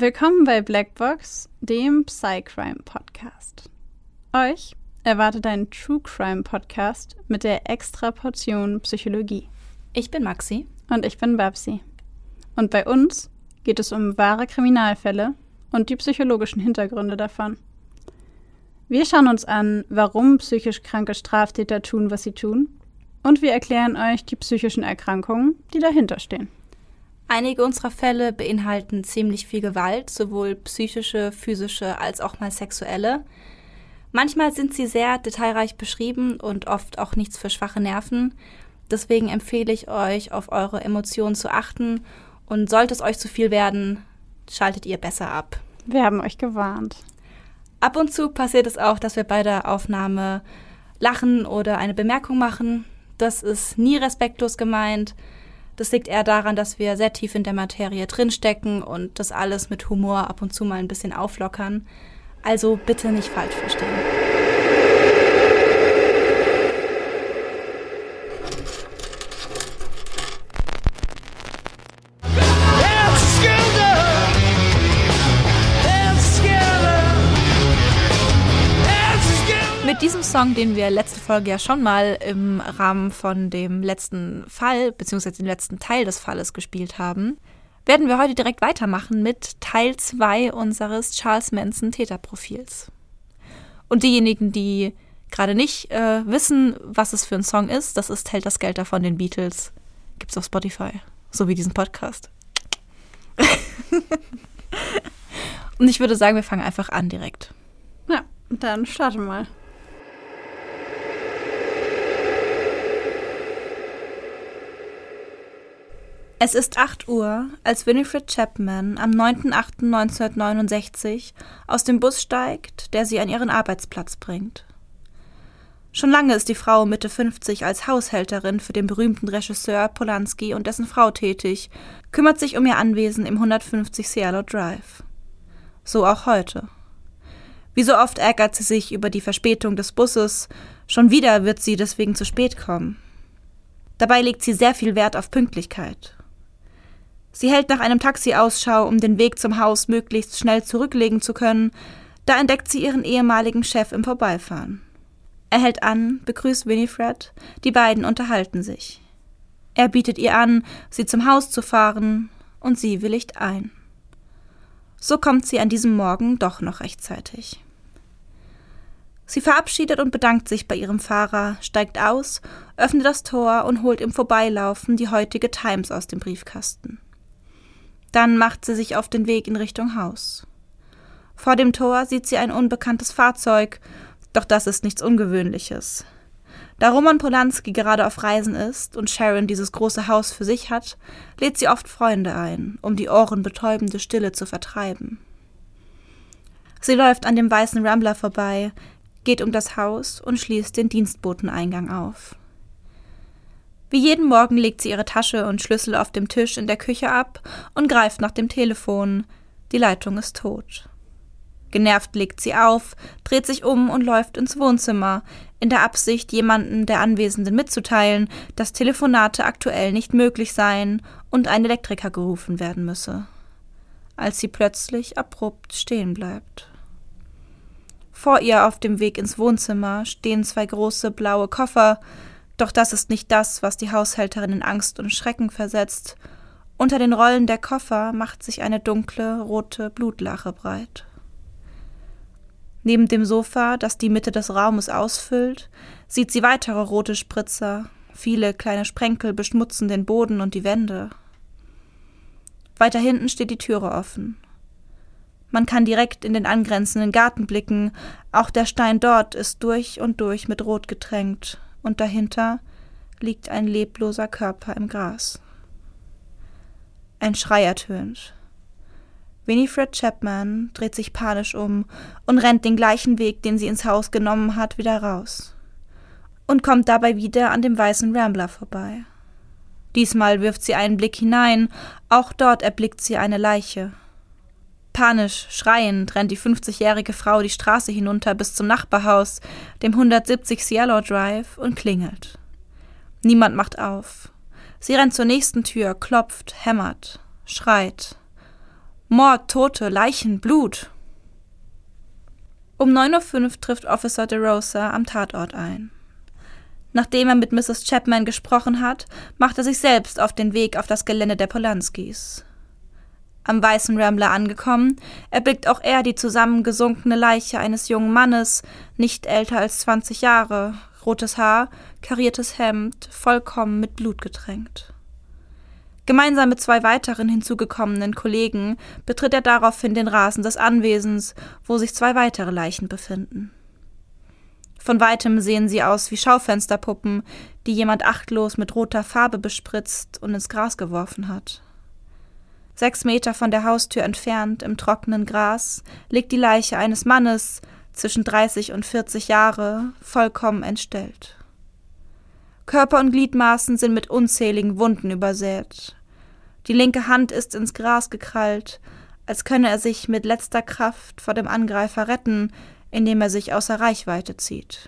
Willkommen bei Blackbox, dem Psycrime-Podcast. Euch erwartet ein True-Crime-Podcast mit der extra Portion Psychologie. Ich bin Maxi. Und ich bin Babsi. Und bei uns geht es um wahre Kriminalfälle und die psychologischen Hintergründe davon. Wir schauen uns an, warum psychisch kranke Straftäter tun, was sie tun. Und wir erklären euch die psychischen Erkrankungen, die dahinter stehen. Einige unserer Fälle beinhalten ziemlich viel Gewalt, sowohl psychische, physische als auch mal sexuelle. Manchmal sind sie sehr detailreich beschrieben und oft auch nichts für schwache Nerven. Deswegen empfehle ich euch, auf eure Emotionen zu achten. Und sollte es euch zu viel werden, schaltet ihr besser ab. Wir haben euch gewarnt. Ab und zu passiert es auch, dass wir bei der Aufnahme lachen oder eine Bemerkung machen. Das ist nie respektlos gemeint. Das liegt eher daran, dass wir sehr tief in der Materie drinstecken und das alles mit Humor ab und zu mal ein bisschen auflockern. Also bitte nicht falsch verstehen. Mit diesem Song, den wir letzte Folge ja schon mal im Rahmen von dem letzten Fall, beziehungsweise dem letzten Teil des Falles gespielt haben, werden wir heute direkt weitermachen mit Teil 2 unseres Charles Manson Täterprofils. Und diejenigen, die gerade nicht wissen, was es für ein Song ist, das ist Hält das Geld da von den Beatles. Gibt's auf Spotify, so wie diesen Podcast. Und ich würde sagen, wir fangen einfach an direkt. Ja, dann starten wir mal. Es ist 8 Uhr, als Winifred Chapman am 9.8.1969 aus dem Bus steigt, der sie an ihren Arbeitsplatz bringt. Schon lange ist die Frau Mitte 50 als Haushälterin für den berühmten Regisseur Polanski und dessen Frau tätig, kümmert sich um ihr Anwesen im 150 Cielo Drive. So auch heute. Wie so oft ärgert sie sich über die Verspätung des Busses, schon wieder wird sie deswegen zu spät kommen. Dabei legt sie sehr viel Wert auf Pünktlichkeit. Sie hält nach einem Taxi Ausschau, um den Weg zum Haus möglichst schnell zurücklegen zu können. Da entdeckt sie ihren ehemaligen Chef im Vorbeifahren. Er hält an, begrüßt Winifred, die beiden unterhalten sich. Er bietet ihr an, sie zum Haus zu fahren, und sie willigt ein. So kommt sie an diesem Morgen doch noch rechtzeitig. Sie verabschiedet und bedankt sich bei ihrem Fahrer, steigt aus, öffnet das Tor und holt im Vorbeilaufen die heutige Times aus dem Briefkasten. Dann macht sie sich auf den Weg in Richtung Haus. Vor dem Tor sieht sie ein unbekanntes Fahrzeug, doch das ist nichts Ungewöhnliches. Da Roman Polanski gerade auf Reisen ist und Sharon dieses große Haus für sich hat, lädt sie oft Freunde ein, um die ohrenbetäubende Stille zu vertreiben. Sie läuft an dem weißen Rambler vorbei, geht um das Haus und schließt den Dienstboteneingang auf. Wie jeden Morgen legt sie ihre Tasche und Schlüssel auf dem Tisch in der Küche ab und greift nach dem Telefon. Die Leitung ist tot. Genervt legt sie auf, dreht sich um und läuft ins Wohnzimmer, in der Absicht, jemanden der Anwesenden mitzuteilen, dass Telefonate aktuell nicht möglich seien und ein Elektriker gerufen werden müsse. Als sie plötzlich abrupt stehen bleibt. Vor ihr auf dem Weg ins Wohnzimmer stehen 2 große blaue Koffer, doch das ist nicht das, was die Haushälterin in Angst und Schrecken versetzt. Unter den Rollen der Koffer macht sich eine dunkle, rote Blutlache breit. Neben dem Sofa, das die Mitte des Raumes ausfüllt, sieht sie weitere rote Spritzer. Viele kleine Sprenkel beschmutzen den Boden und die Wände. Weiter hinten steht die Türe offen. Man kann direkt in den angrenzenden Garten blicken, auch der Stein dort ist durch und durch mit Rot getränkt, und dahinter liegt ein lebloser Körper im Gras. Ein Schrei ertönt. Winifred Chapman dreht sich panisch um und rennt den gleichen Weg, den sie ins Haus genommen hat, wieder raus. Und kommt dabei wieder an dem weißen Rambler vorbei. Diesmal wirft sie einen Blick hinein, auch dort erblickt sie eine Leiche. Panisch, schreiend rennt die 50-jährige Frau die Straße hinunter bis zum Nachbarhaus, dem 170 Cielo Drive, und klingelt. Niemand macht auf. Sie rennt zur nächsten Tür, klopft, hämmert, schreit. Mord, Tote, Leichen, Blut. Um 9:05 Uhr trifft Officer DeRosa am Tatort ein. Nachdem er mit Mrs. Chapman gesprochen hat, macht er sich selbst auf den Weg auf das Gelände der Polanskis. Am weißen Rambler angekommen, erblickt auch er die zusammengesunkene Leiche eines jungen Mannes, nicht älter als 20 Jahre, rotes Haar, kariertes Hemd, vollkommen mit Blut getränkt. Gemeinsam mit 2 weiteren hinzugekommenen Kollegen betritt er daraufhin den Rasen des Anwesens, wo sich 2 weitere Leichen befinden. Von weitem sehen sie aus wie Schaufensterpuppen, die jemand achtlos mit roter Farbe bespritzt und ins Gras geworfen hat. 6 Meter von der Haustür entfernt, im trockenen Gras, liegt die Leiche eines Mannes, zwischen 30 und 40 Jahre, vollkommen entstellt. Körper und Gliedmaßen sind mit unzähligen Wunden übersät. Die linke Hand ist ins Gras gekrallt, als könne er sich mit letzter Kraft vor dem Angreifer retten, indem er sich außer Reichweite zieht.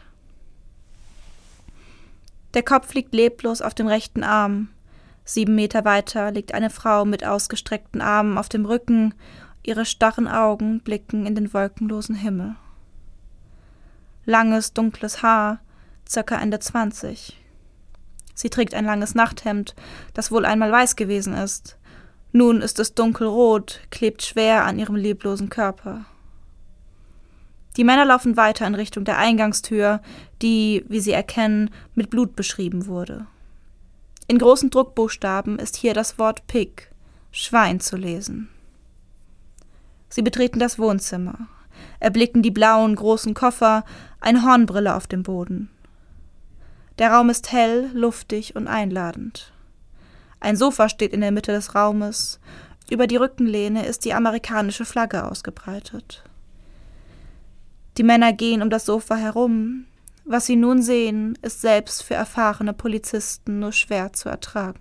Der Kopf liegt leblos auf dem rechten Arm. 7 Meter weiter liegt eine Frau mit ausgestreckten Armen auf dem Rücken, ihre starren Augen blicken in den wolkenlosen Himmel. Langes, dunkles Haar, circa Ende 20. Sie trägt ein langes Nachthemd, das wohl einmal weiß gewesen ist. Nun ist es dunkelrot, klebt schwer an ihrem leblosen Körper. Die Männer laufen weiter in Richtung der Eingangstür, die, wie sie erkennen, mit Blut beschrieben wurde. In großen Druckbuchstaben ist hier das Wort Pig, Schwein, zu lesen. Sie betreten das Wohnzimmer, erblicken die blauen, großen Koffer, eine Hornbrille auf dem Boden. Der Raum ist hell, luftig und einladend. Ein Sofa steht in der Mitte des Raumes. Über die Rückenlehne ist die amerikanische Flagge ausgebreitet. Die Männer gehen um das Sofa herum. Was sie nun sehen, ist selbst für erfahrene Polizisten nur schwer zu ertragen.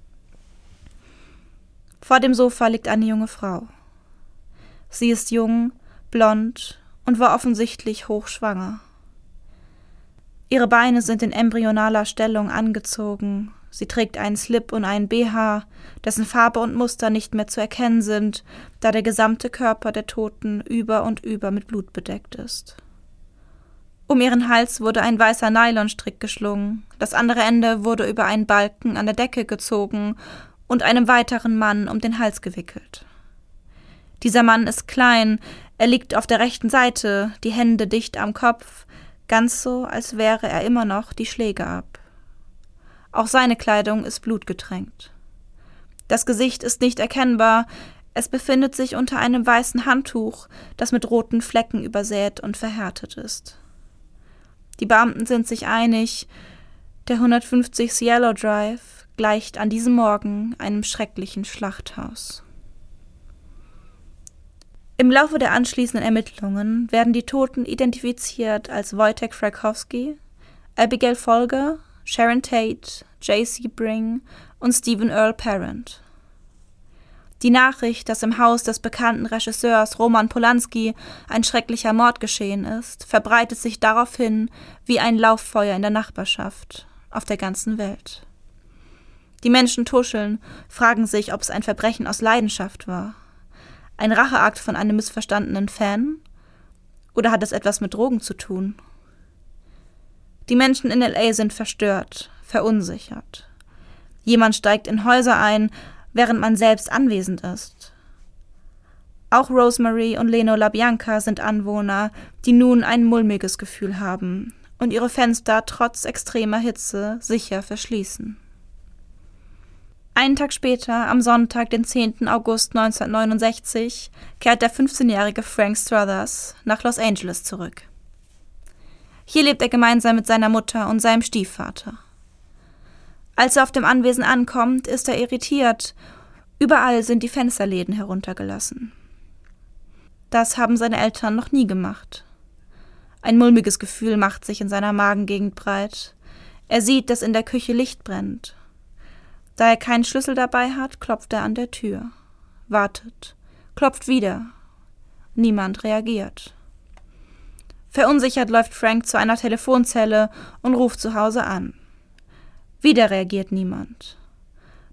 Vor dem Sofa liegt eine junge Frau. Sie ist jung, blond und war offensichtlich hochschwanger. Ihre Beine sind in embryonaler Stellung angezogen. Sie trägt einen Slip und einen BH, dessen Farbe und Muster nicht mehr zu erkennen sind, da der gesamte Körper der Toten über und über mit Blut bedeckt ist. Um ihren Hals wurde ein weißer Nylonstrick geschlungen, das andere Ende wurde über einen Balken an der Decke gezogen und einem weiteren Mann um den Hals gewickelt. Dieser Mann ist klein, er liegt auf der rechten Seite, die Hände dicht am Kopf, ganz so, als wäre er immer noch die Schläge ab. Auch seine Kleidung ist blutgetränkt. Das Gesicht ist nicht erkennbar, es befindet sich unter einem weißen Handtuch, das mit roten Flecken übersät und verhärtet ist. Die Beamten sind sich einig, der 150 Cielo Drive gleicht an diesem Morgen einem schrecklichen Schlachthaus. Im Laufe der anschließenden Ermittlungen werden die Toten identifiziert als Wojtek Frykowski, Abigail Folger, Sharon Tate, J.C. Bring und Stephen Earl Parent. Die Nachricht, dass im Haus des bekannten Regisseurs Roman Polanski ein schrecklicher Mord geschehen ist, verbreitet sich daraufhin wie ein Lauffeuer in der Nachbarschaft, auf der ganzen Welt. Die Menschen tuscheln, fragen sich, ob es ein Verbrechen aus Leidenschaft war. Ein Racheakt von einem missverstandenen Fan? Oder hat es etwas mit Drogen zu tun? Die Menschen in L.A. sind verstört, verunsichert. Jemand steigt in Häuser ein, während man selbst anwesend ist. Auch Rosemary und Leno LaBianca sind Anwohner, die nun ein mulmiges Gefühl haben und ihre Fenster trotz extremer Hitze sicher verschließen. Einen Tag später, am Sonntag, den 10. August 1969, kehrt der 15-jährige Frank Struthers nach Los Angeles zurück. Hier lebt er gemeinsam mit seiner Mutter und seinem Stiefvater. Als er auf dem Anwesen ankommt, ist er irritiert. Überall sind die Fensterläden heruntergelassen. Das haben seine Eltern noch nie gemacht. Ein mulmiges Gefühl macht sich in seiner Magengegend breit. Er sieht, dass in der Küche Licht brennt. Da er keinen Schlüssel dabei hat, klopft er an der Tür, wartet, klopft wieder. Niemand reagiert. Verunsichert läuft Frank zu einer Telefonzelle und ruft zu Hause an. Wieder reagiert niemand.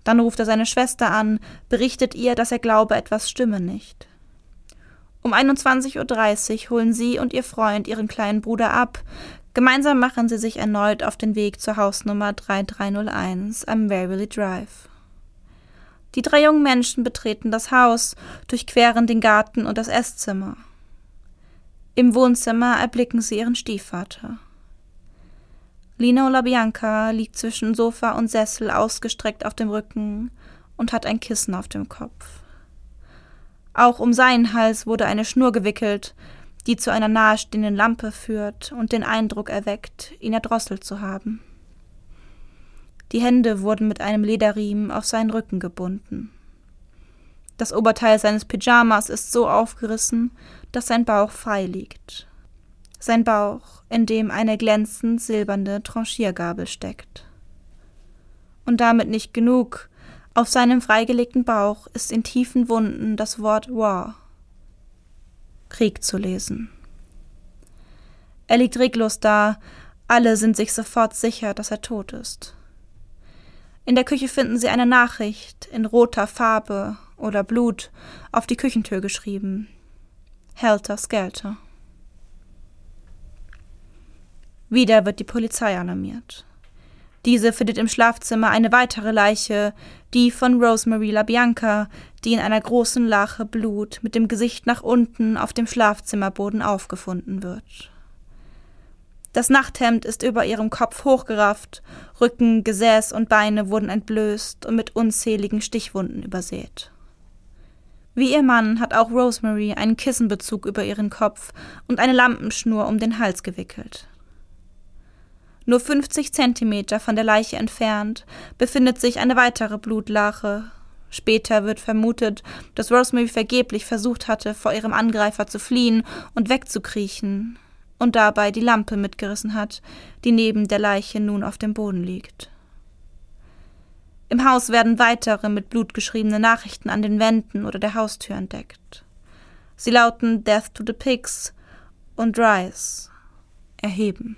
Dann ruft er seine Schwester an, berichtet ihr, dass er glaube, etwas stimme nicht. Um 21:30 Uhr holen sie und ihr Freund ihren kleinen Bruder ab. Gemeinsam machen sie sich erneut auf den Weg zur Hausnummer 3301 am Waverly Drive. Die 3 jungen Menschen betreten das Haus, durchqueren den Garten und das Esszimmer. Im Wohnzimmer erblicken sie ihren Stiefvater. Lino LaBianca liegt zwischen Sofa und Sessel ausgestreckt auf dem Rücken und hat ein Kissen auf dem Kopf. Auch um seinen Hals wurde eine Schnur gewickelt, die zu einer nahestehenden Lampe führt und den Eindruck erweckt, ihn erdrosselt zu haben. Die Hände wurden mit einem Lederriemen auf seinen Rücken gebunden. Das Oberteil seines Pyjamas ist so aufgerissen, dass sein Bauch frei liegt. Sein Bauch, in dem eine glänzend silberne Tranchiergabel steckt. Und damit nicht genug. Auf seinem freigelegten Bauch ist in tiefen Wunden das Wort War, Krieg, zu lesen. Er liegt reglos da, alle sind sich sofort sicher, dass er tot ist. In der Küche finden sie eine Nachricht in roter Farbe oder Blut auf die Küchentür geschrieben. Helter Skelter. Wieder wird die Polizei alarmiert. Diese findet im Schlafzimmer eine weitere Leiche, die von Rosemary LaBianca, die in einer großen Lache Blut mit dem Gesicht nach unten auf dem Schlafzimmerboden aufgefunden wird. Das Nachthemd ist über ihrem Kopf hochgerafft, Rücken, Gesäß und Beine wurden entblößt und mit unzähligen Stichwunden übersät. Wie ihr Mann hat auch Rosemary einen Kissenbezug über ihren Kopf und eine Lampenschnur um den Hals gewickelt. Nur 50 Zentimeter von der Leiche entfernt befindet sich eine weitere Blutlache. Später wird vermutet, dass Rosemary vergeblich versucht hatte, vor ihrem Angreifer zu fliehen und wegzukriechen und dabei die Lampe mitgerissen hat, die neben der Leiche nun auf dem Boden liegt. Im Haus werden weitere mit Blut geschriebene Nachrichten an den Wänden oder der Haustür entdeckt. Sie lauten Death to the Pigs und Rise, erheben.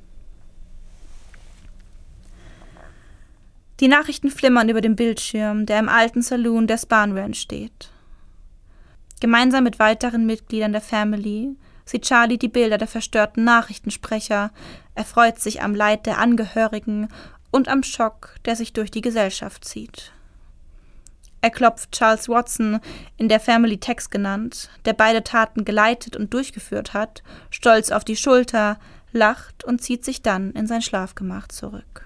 Die Nachrichten flimmern über dem Bildschirm, der im alten Saloon der Spahn Ranch steht. Gemeinsam mit weiteren Mitgliedern der Family sieht Charlie die Bilder der verstörten Nachrichtensprecher, erfreut sich am Leid der Angehörigen und am Schock, der sich durch die Gesellschaft zieht. Er klopft Charles Watson, in der Family Tex genannt, der beide Taten geleitet und durchgeführt hat, stolz auf die Schulter, lacht und zieht sich dann in sein Schlafgemach zurück.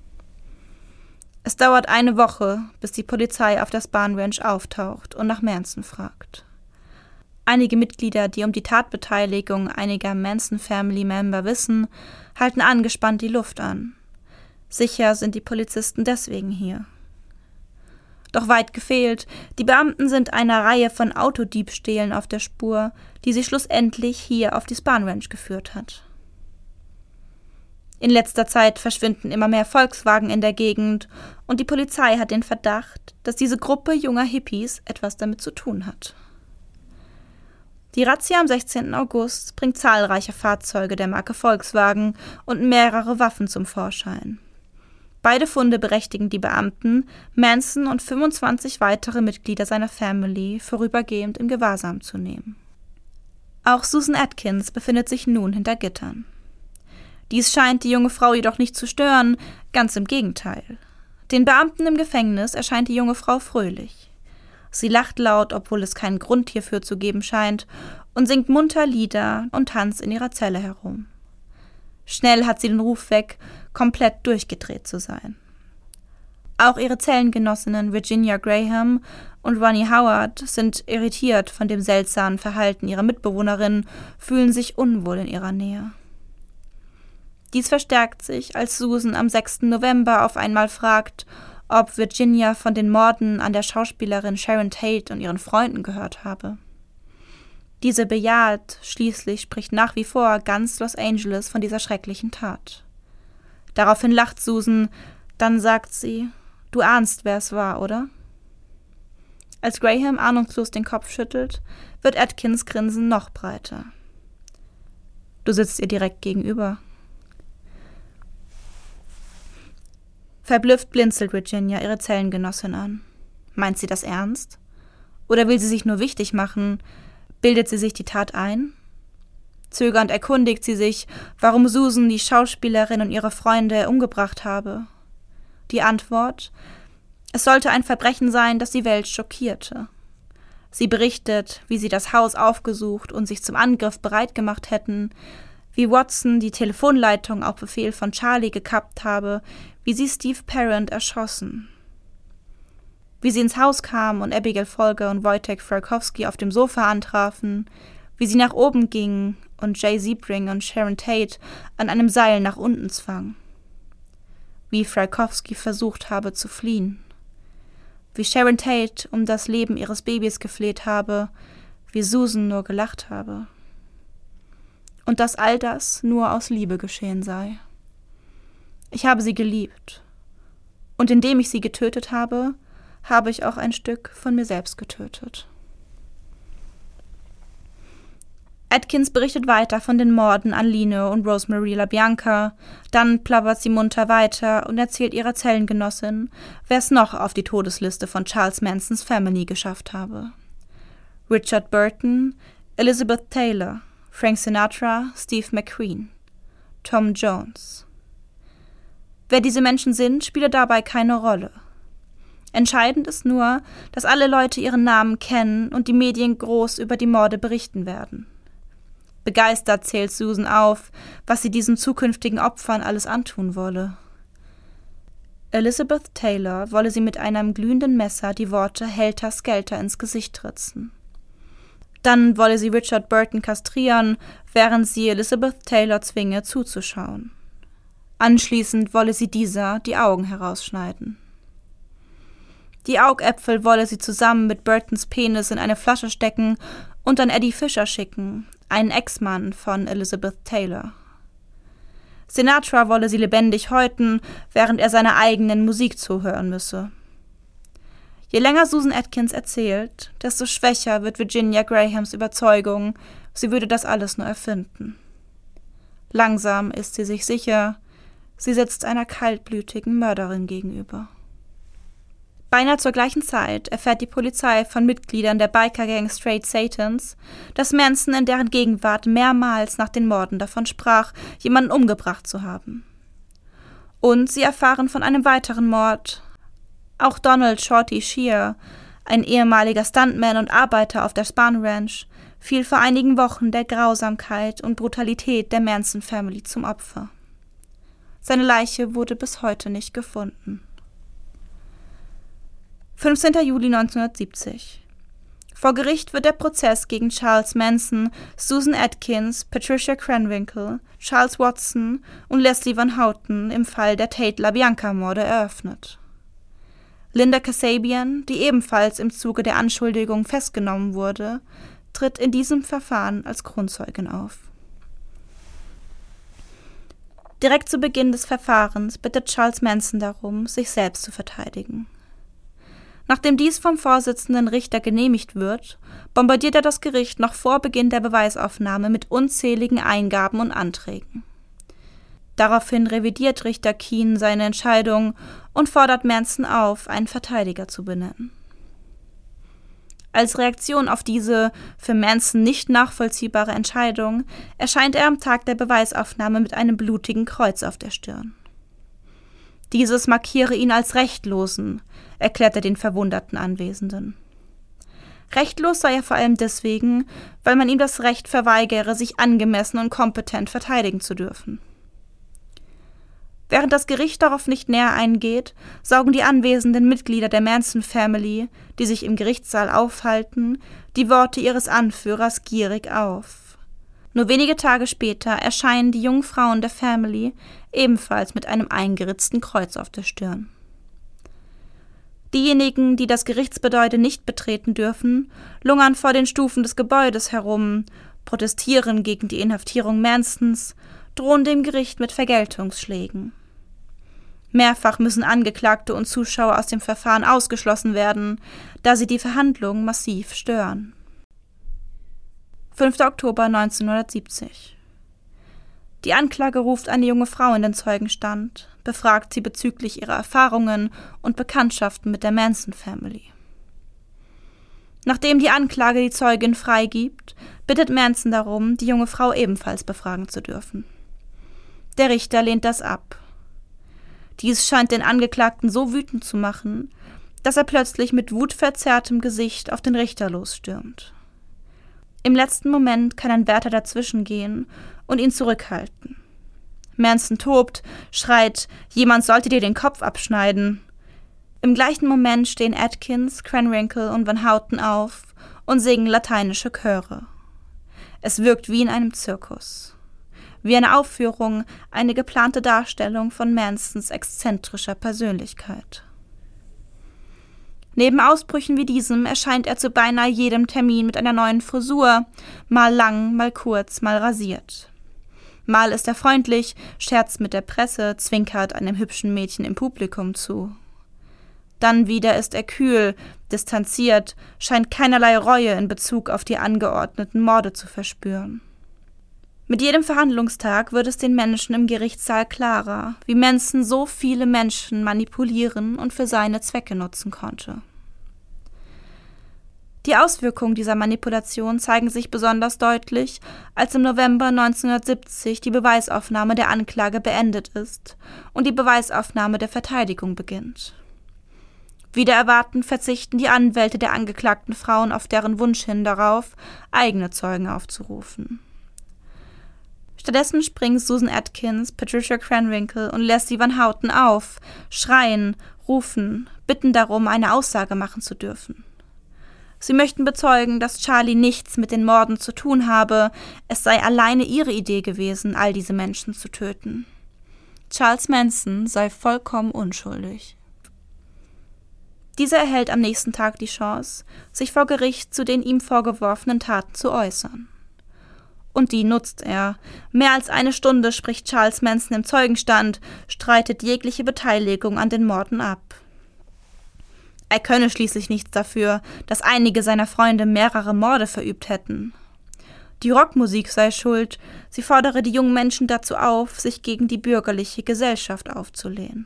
Es dauert eine Woche, bis die Polizei auf der Spahn Ranch auftaucht und nach Manson fragt. Einige Mitglieder, die um die Tatbeteiligung einiger Manson-Family-Member wissen, halten angespannt die Luft an. Sicher sind die Polizisten deswegen hier. Doch weit gefehlt, die Beamten sind einer Reihe von Autodiebstählen auf der Spur, die sie schlussendlich hier auf die Spahn Ranch geführt hat. In letzter Zeit verschwinden immer mehr Volkswagen in der Gegend und die Polizei hat den Verdacht, dass diese Gruppe junger Hippies etwas damit zu tun hat. Die Razzia am 16. August bringt zahlreiche Fahrzeuge der Marke Volkswagen und mehrere Waffen zum Vorschein. Beide Funde berechtigen die Beamten, Manson und 25 weitere Mitglieder seiner Family vorübergehend in Gewahrsam zu nehmen. Auch Susan Atkins befindet sich nun hinter Gittern. Dies scheint die junge Frau jedoch nicht zu stören, ganz im Gegenteil. Den Beamten im Gefängnis erscheint die junge Frau fröhlich. Sie lacht laut, obwohl es keinen Grund hierfür zu geben scheint, und singt munter Lieder und tanzt in ihrer Zelle herum. Schnell hat sie den Ruf weg, komplett durchgedreht zu sein. Auch ihre Zellengenossinnen Virginia Graham und Ronnie Howard sind irritiert von dem seltsamen Verhalten ihrer Mitbewohnerin, fühlen sich unwohl in ihrer Nähe. Dies verstärkt sich, als Susan am 6. November auf einmal fragt, ob Virginia von den Morden an der Schauspielerin Sharon Tate und ihren Freunden gehört habe. Diese bejaht, schließlich spricht nach wie vor ganz Los Angeles von dieser schrecklichen Tat. Daraufhin lacht Susan, dann sagt sie, du ahnst, wer es war, oder? Als Graham ahnungslos den Kopf schüttelt, wird Atkins Grinsen noch breiter. Du sitzt ihr direkt gegenüber. Verblüfft blinzelt Virginia ihre Zellengenossin an. Meint sie das ernst? Oder will sie sich nur wichtig machen? Bildet sie sich die Tat ein? Zögernd erkundigt sie sich, warum Susan die Schauspielerin und ihre Freunde umgebracht habe. Die Antwort: Es sollte ein Verbrechen sein, das die Welt schockierte. Sie berichtet, wie sie das Haus aufgesucht und sich zum Angriff bereit gemacht hätten, wie Watson die Telefonleitung auf Befehl von Charlie gekappt habe, wie sie Steve Parent erschossen. Wie sie ins Haus kam und Abigail Folger und Wojtek Frykowski auf dem Sofa antrafen, wie sie nach oben gingen und Jay Sebring und Sharon Tate an einem Seil nach unten zwang. Wie Frykowski versucht habe zu fliehen. Wie Sharon Tate um das Leben ihres Babys gefleht habe, wie Susan nur gelacht habe. Und dass all das nur aus Liebe geschehen sei. Ich habe sie geliebt. Und indem ich sie getötet habe, habe ich auch ein Stück von mir selbst getötet. Atkins berichtet weiter von den Morden an Lino und Rosemary LaBianca, dann plappert sie munter weiter und erzählt ihrer Zellengenossin, wer es noch auf die Todesliste von Charles Mansons Family geschafft habe. Richard Burton, Elizabeth Taylor, Frank Sinatra, Steve McQueen, Tom Jones. Wer diese Menschen sind, spiele dabei keine Rolle. Entscheidend ist nur, dass alle Leute ihren Namen kennen und die Medien groß über die Morde berichten werden. Begeistert zählt Susan auf, was sie diesen zukünftigen Opfern alles antun wolle. Elizabeth Taylor wolle sie mit einem glühenden Messer die Worte Helter Skelter ins Gesicht ritzen. Dann wolle sie Richard Burton kastrieren, während sie Elizabeth Taylor zwinge, zuzuschauen. Anschließend wolle sie dieser die Augen herausschneiden. Die Augäpfel wolle sie zusammen mit Burtons Penis in eine Flasche stecken und an Eddie Fisher schicken, einen Ex-Mann von Elizabeth Taylor. Sinatra wolle sie lebendig häuten, während er seiner eigenen Musik zuhören müsse. Je länger Susan Atkins erzählt, desto schwächer wird Virginia Grahams Überzeugung, sie würde das alles nur erfinden. Langsam ist sie sich sicher, sie sitzt einer kaltblütigen Mörderin gegenüber. Beinahe zur gleichen Zeit erfährt die Polizei von Mitgliedern der Biker-Gang Straight Satans, dass Manson in deren Gegenwart mehrmals nach den Morden davon sprach, jemanden umgebracht zu haben. Und sie erfahren von einem weiteren Mord. Auch Donald Shorty Shear, ein ehemaliger Stuntman und Arbeiter auf der Spahn Ranch, fiel vor einigen Wochen der Grausamkeit und Brutalität der Manson Family zum Opfer. Seine Leiche wurde bis heute nicht gefunden. 15. Juli 1970. Vor Gericht wird der Prozess gegen Charles Manson, Susan Atkins, Patricia Krenwinkel, Charles Watson und Leslie Van Houten im Fall der Tate-LaBianca-Morde eröffnet. Linda Kasabian, die ebenfalls im Zuge der Anschuldigung festgenommen wurde, tritt in diesem Verfahren als Kronzeugin auf. Direkt zu Beginn des Verfahrens bittet Charles Manson darum, sich selbst zu verteidigen. Nachdem dies vom Vorsitzenden Richter genehmigt wird, bombardiert er das Gericht noch vor Beginn der Beweisaufnahme mit unzähligen Eingaben und Anträgen. Daraufhin revidiert Richter Keene seine Entscheidung und fordert Manson auf, einen Verteidiger zu benennen. Als Reaktion auf diese für Manson nicht nachvollziehbare Entscheidung erscheint er am Tag der Beweisaufnahme mit einem blutigen Kreuz auf der Stirn. Dieses markiere ihn als rechtlosen, erklärt er den verwunderten Anwesenden. Rechtlos sei er vor allem deswegen, weil man ihm das Recht verweigere, sich angemessen und kompetent verteidigen zu dürfen. Während das Gericht darauf nicht näher eingeht, saugen die anwesenden Mitglieder der Manson Family, die sich im Gerichtssaal aufhalten, die Worte ihres Anführers gierig auf. Nur wenige Tage später erscheinen die jungen Frauen der Family ebenfalls mit einem eingeritzten Kreuz auf der Stirn. Diejenigen, die das Gerichtsgebäude nicht betreten dürfen, lungern vor den Stufen des Gebäudes herum, protestieren gegen die Inhaftierung Mansons, drohen dem Gericht mit Vergeltungsschlägen. Mehrfach müssen Angeklagte und Zuschauer aus dem Verfahren ausgeschlossen werden, da sie die Verhandlungen massiv stören. 5. Oktober 1970. Die Anklage ruft eine junge Frau in den Zeugenstand, befragt sie bezüglich ihrer Erfahrungen und Bekanntschaften mit der Manson Family. Nachdem die Anklage die Zeugin freigibt, bittet Manson darum, die junge Frau ebenfalls befragen zu dürfen. Der Richter lehnt das ab. Dies scheint den Angeklagten so wütend zu machen, dass er plötzlich mit wutverzerrtem Gesicht auf den Richter losstürmt. Im letzten Moment kann ein Wärter dazwischen gehen und ihn zurückhalten. Manson tobt, schreit, jemand sollte dir den Kopf abschneiden. Im gleichen Moment stehen Atkins, Krenwinkel und Van Houten auf und singen lateinische Chöre. Es wirkt wie in einem Zirkus. Wie eine Aufführung, eine geplante Darstellung von Mansons exzentrischer Persönlichkeit. Neben Ausbrüchen wie diesem erscheint er zu beinahe jedem Termin mit einer neuen Frisur, mal lang, mal kurz, mal rasiert. Mal ist er freundlich, scherzt mit der Presse, zwinkert einem hübschen Mädchen im Publikum zu. Dann wieder ist er kühl, distanziert, scheint keinerlei Reue in Bezug auf die angeordneten Morde zu verspüren. Mit jedem Verhandlungstag wird es den Menschen im Gerichtssaal klarer, wie Manson so viele Menschen manipulieren und für seine Zwecke nutzen konnte. Die Auswirkungen dieser Manipulation zeigen sich besonders deutlich, als im November 1970 die Beweisaufnahme der Anklage beendet ist und die Beweisaufnahme der Verteidigung beginnt. Wider Erwarten verzichten die Anwälte der angeklagten Frauen auf deren Wunsch hin darauf, eigene Zeugen aufzurufen. Stattdessen springen Susan Atkins, Patricia Krenwinkel und Leslie Van Houten auf, schreien, rufen, bitten darum, eine Aussage machen zu dürfen. Sie möchten bezeugen, dass Charlie nichts mit den Morden zu tun habe, es sei alleine ihre Idee gewesen, all diese Menschen zu töten. Charles Manson sei vollkommen unschuldig. Dieser erhält am nächsten Tag die Chance, sich vor Gericht zu den ihm vorgeworfenen Taten zu äußern. Und die nutzt er. Mehr als eine Stunde spricht Charles Manson im Zeugenstand, streitet jegliche Beteiligung an den Morden ab. Er könne schließlich nichts dafür, dass einige seiner Freunde mehrere Morde verübt hätten. Die Rockmusik sei schuld, sie fordere die jungen Menschen dazu auf, sich gegen die bürgerliche Gesellschaft aufzulehnen.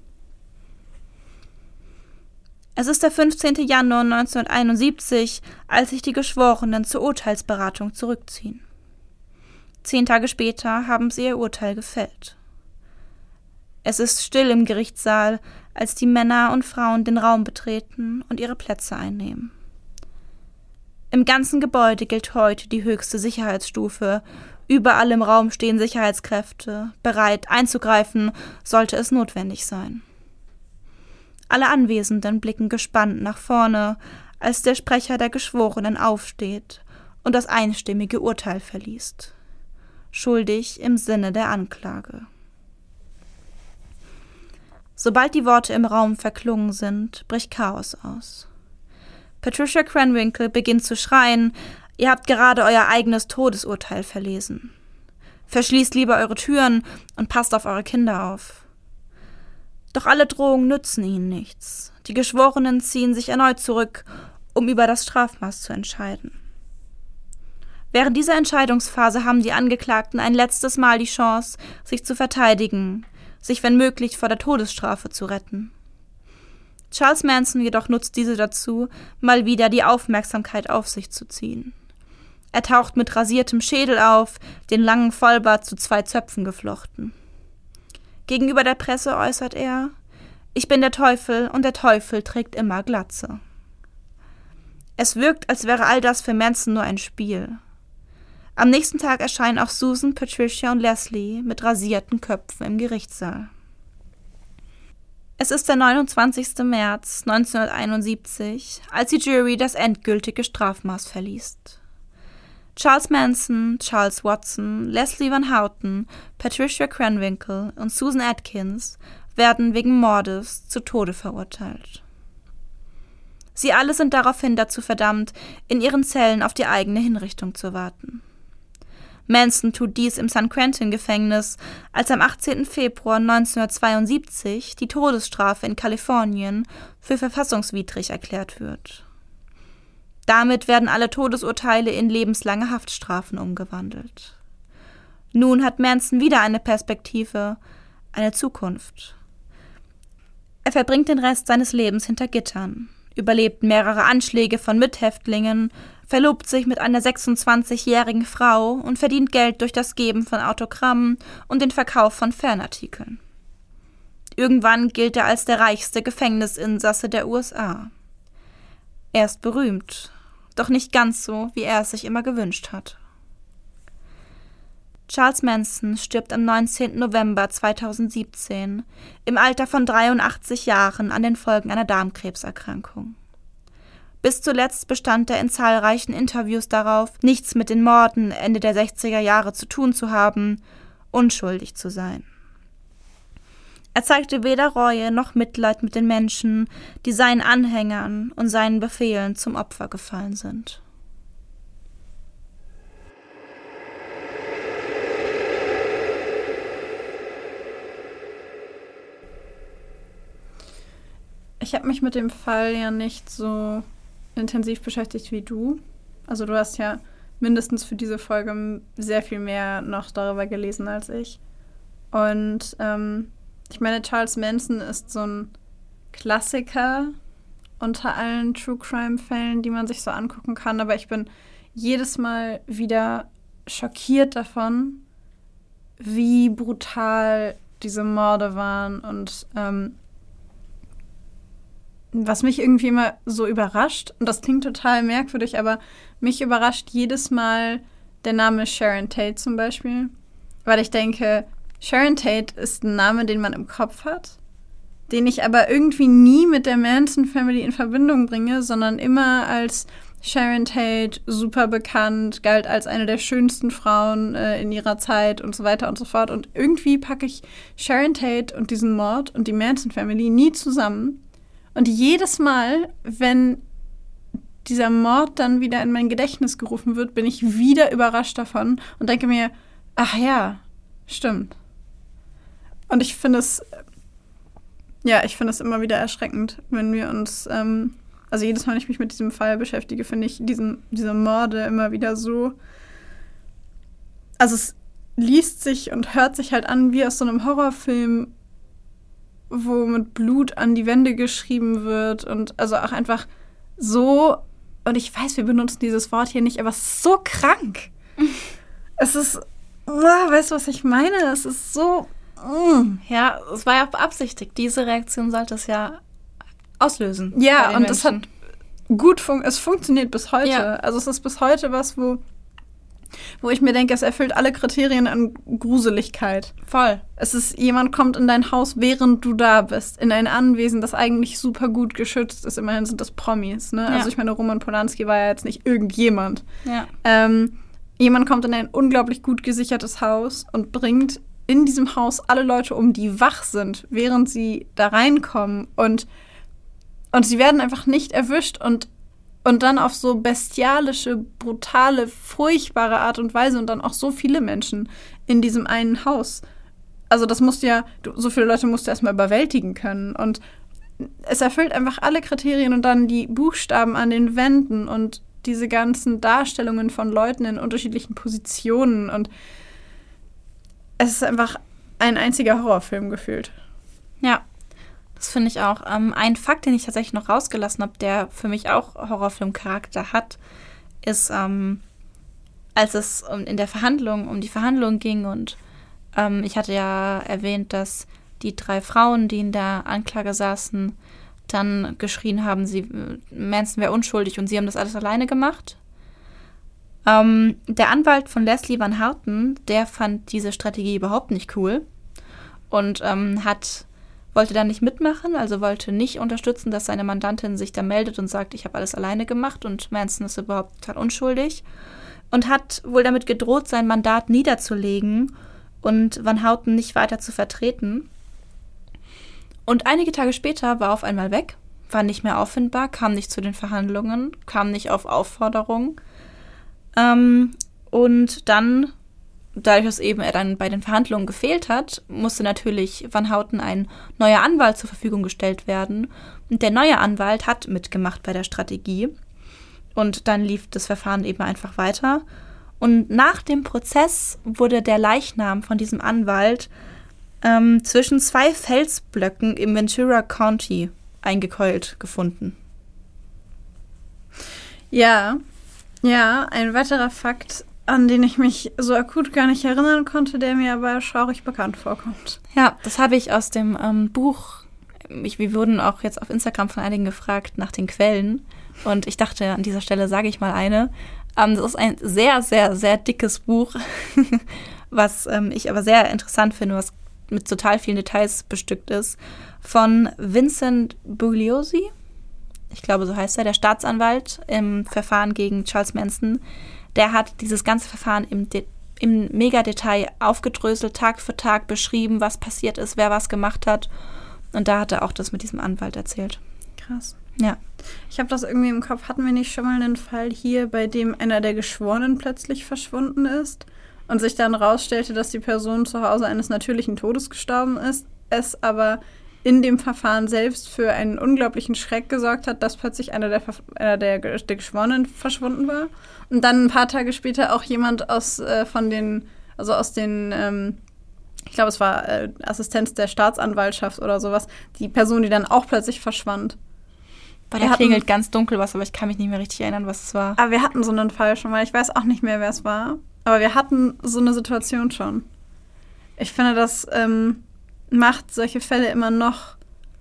Es ist der 15. Januar 1971, als sich die Geschworenen zur Urteilsberatung zurückziehen. 10 Tage später haben sie ihr Urteil gefällt. Es ist still im Gerichtssaal, als die Männer und Frauen den Raum betreten und ihre Plätze einnehmen. Im ganzen Gebäude gilt heute die höchste Sicherheitsstufe. Überall im Raum stehen Sicherheitskräfte, bereit einzugreifen, sollte es notwendig sein. Alle Anwesenden blicken gespannt nach vorne, als der Sprecher der Geschworenen aufsteht und das einstimmige Urteil verliest. Schuldig im Sinne der Anklage. Sobald die Worte im Raum verklungen sind, bricht Chaos aus. Patricia Krenwinkel beginnt zu schreien, ihr habt gerade euer eigenes Todesurteil verlesen. Verschließt lieber eure Türen und passt auf eure Kinder auf. Doch alle Drohungen nützen ihnen nichts. Die Geschworenen ziehen sich erneut zurück, um über das Strafmaß zu entscheiden. Während dieser Entscheidungsphase haben die Angeklagten ein letztes Mal die Chance, sich zu verteidigen, sich wenn möglich vor der Todesstrafe zu retten. Charles Manson jedoch nutzt diese dazu, mal wieder die Aufmerksamkeit auf sich zu ziehen. Er taucht mit rasiertem Schädel auf, den langen Vollbart zu 2 Zöpfen geflochten. Gegenüber der Presse äußert er: Ich bin der Teufel und der Teufel trägt immer Glatze. Es wirkt, als wäre all das für Manson nur ein Spiel. Am nächsten Tag erscheinen auch Susan, Patricia und Leslie mit rasierten Köpfen im Gerichtssaal. Es ist der 29. März 1971, als die Jury das endgültige Strafmaß verliest. Charles Manson, Charles Watson, Leslie Van Houten, Patricia Krenwinkel und Susan Atkins werden wegen Mordes zu Tode verurteilt. Sie alle sind daraufhin dazu verdammt, in ihren Zellen auf die eigene Hinrichtung zu warten. Manson tut dies im San Quentin-Gefängnis, als am 18. Februar 1972 die Todesstrafe in Kalifornien für verfassungswidrig erklärt wird. Damit werden alle Todesurteile in lebenslange Haftstrafen umgewandelt. Nun hat Manson wieder eine Perspektive, eine Zukunft. Er verbringt den Rest seines Lebens hinter Gittern, überlebt mehrere Anschläge von Mithäftlingen, verlobt sich mit einer 26-jährigen Frau und verdient Geld durch das Geben von Autogrammen und den Verkauf von Fanartikeln. Irgendwann gilt er als der reichste Gefängnisinsasse der USA. Er ist berühmt, doch nicht ganz so, wie er es sich immer gewünscht hat. Charles Manson stirbt am 19. November 2017 im Alter von 83 Jahren an den Folgen einer Darmkrebserkrankung. Bis zuletzt bestand er in zahlreichen Interviews darauf, nichts mit den Morden Ende der 60er Jahre zu tun zu haben, unschuldig zu sein. Er zeigte weder Reue noch Mitleid mit den Menschen, die seinen Anhängern und seinen Befehlen zum Opfer gefallen sind. Ich habe mich mit dem Fall ja nicht so intensiv beschäftigt wie du. Also du hast ja mindestens für diese Folge sehr viel mehr noch darüber gelesen als ich. Und ich meine, Charles Manson ist so ein Klassiker unter allen True-Crime-Fällen, die man sich so angucken kann. Aber ich bin jedes Mal wieder schockiert davon, wie brutal diese Morde waren und was mich irgendwie immer so überrascht, und das klingt total merkwürdig, aber mich überrascht jedes Mal der Name Sharon Tate zum Beispiel, weil ich denke, Sharon Tate ist ein Name, den man im Kopf hat, den ich aber irgendwie nie mit der Manson Family in Verbindung bringe, sondern immer als Sharon Tate, super bekannt, galt als eine der schönsten Frauen in ihrer Zeit und so weiter und so fort. Und irgendwie packe ich Sharon Tate und diesen Mord und die Manson Family nie zusammen. Und jedes Mal, wenn dieser Mord dann wieder in mein Gedächtnis gerufen wird, bin ich wieder überrascht davon und denke mir, ach ja, stimmt. Und ich finde es immer wieder erschreckend, wenn wir uns, also jedes Mal, wenn ich mich mit diesem Fall beschäftige, finde ich diese Morde immer wieder so, also es liest sich und hört sich halt an wie aus so einem Horrorfilm, wo mit Blut an die Wände geschrieben wird und also auch einfach so, und ich weiß, wir benutzen dieses Wort hier nicht, aber so krank. Es ist, weißt du, was ich meine? Es ist so, Ja, es war ja beabsichtigt. Diese Reaktion sollte es ja auslösen. Ja, und es hat es funktioniert bis heute. Ja. Also es ist bis heute was, wo ich mir denke, es erfüllt alle Kriterien an Gruseligkeit. Voll. Es ist, jemand kommt in dein Haus, während du da bist, in ein Anwesen, das eigentlich super gut geschützt ist. Immerhin sind das Promis, ne? Ja. Also ich meine, Roman Polanski war ja jetzt nicht irgendjemand. Ja. Jemand kommt in ein unglaublich gut gesichertes Haus und bringt in diesem Haus alle Leute um, die wach sind, während sie da reinkommen. Und sie werden einfach nicht erwischt und dann auf so bestialische, brutale, furchtbare Art und Weise und dann auch so viele Menschen in diesem einen Haus. Also das musst du ja, so viele Leute musst du erstmal überwältigen können. Und es erfüllt einfach alle Kriterien und dann die Buchstaben an den Wänden und diese ganzen Darstellungen von Leuten in unterschiedlichen Positionen. Und es ist einfach ein einziger Horrorfilm gefühlt. Ja. Das finde ich auch. Ein Fakt, den ich tatsächlich noch rausgelassen habe, der für mich auch Horrorfilm-Charakter hat, ist, als es um die Verhandlung ging und ich hatte ja erwähnt, dass die 3 Frauen, die in der Anklage saßen, dann geschrien haben, Manson wäre unschuldig und sie haben das alles alleine gemacht. Der Anwalt von Leslie Van Houten, der fand diese Strategie überhaupt nicht cool und wollte da nicht mitmachen, also wollte nicht unterstützen, dass seine Mandantin sich da meldet und sagt, ich habe alles alleine gemacht und Manson ist überhaupt total unschuldig. Und hat wohl damit gedroht, sein Mandat niederzulegen und Van Houten nicht weiter zu vertreten. Und einige Tage später war er auf einmal weg, war nicht mehr auffindbar, kam nicht zu den Verhandlungen, kam nicht auf Aufforderung. Und dann, dadurch, dass eben er dann bei den Verhandlungen gefehlt hat, musste natürlich Van Houten ein neuer Anwalt zur Verfügung gestellt werden. Und der neue Anwalt hat mitgemacht bei der Strategie. Und dann lief das Verfahren eben einfach weiter. Und nach dem Prozess wurde der Leichnam von diesem Anwalt zwischen 2 Felsblöcken im Ventura County eingekeult gefunden. Ja, ein weiterer Fakt, an den ich mich so akut gar nicht erinnern konnte, der mir aber schaurig bekannt vorkommt. Ja, das habe ich aus dem Buch. Wir wurden auch jetzt auf Instagram von einigen gefragt nach den Quellen. Und ich dachte, an dieser Stelle sage ich mal eine. Das ist ein sehr, sehr, sehr dickes Buch, was ich aber sehr interessant finde, was mit total vielen Details bestückt ist, von Vincent Bugliosi. Ich glaube, so heißt er, der Staatsanwalt im Verfahren gegen Charles Manson. Der hat dieses ganze Verfahren im Megadetail aufgedröselt, Tag für Tag beschrieben, was passiert ist, wer was gemacht hat. Und da hat er auch das mit diesem Anwalt erzählt. Krass. Ja. Ich habe das irgendwie im Kopf. Hatten wir nicht schon mal einen Fall hier, bei dem einer der Geschworenen plötzlich verschwunden ist und sich dann rausstellte, dass die Person zu Hause eines natürlichen Todes gestorben ist, es aber in dem Verfahren selbst für einen unglaublichen Schreck gesorgt hat, dass plötzlich einer der Geschworenen verschwunden war. Und dann ein paar Tage später auch jemand ich glaube, es war Assistenz der Staatsanwaltschaft oder sowas, die Person, die dann auch plötzlich verschwand. Bei der klingelt ganz dunkel was, aber ich kann mich nicht mehr richtig erinnern, was es war. Aber wir hatten so einen Fall schon mal. Ich weiß auch nicht mehr, wer es war. Aber wir hatten so eine Situation schon. Ich finde, das macht solche Fälle immer noch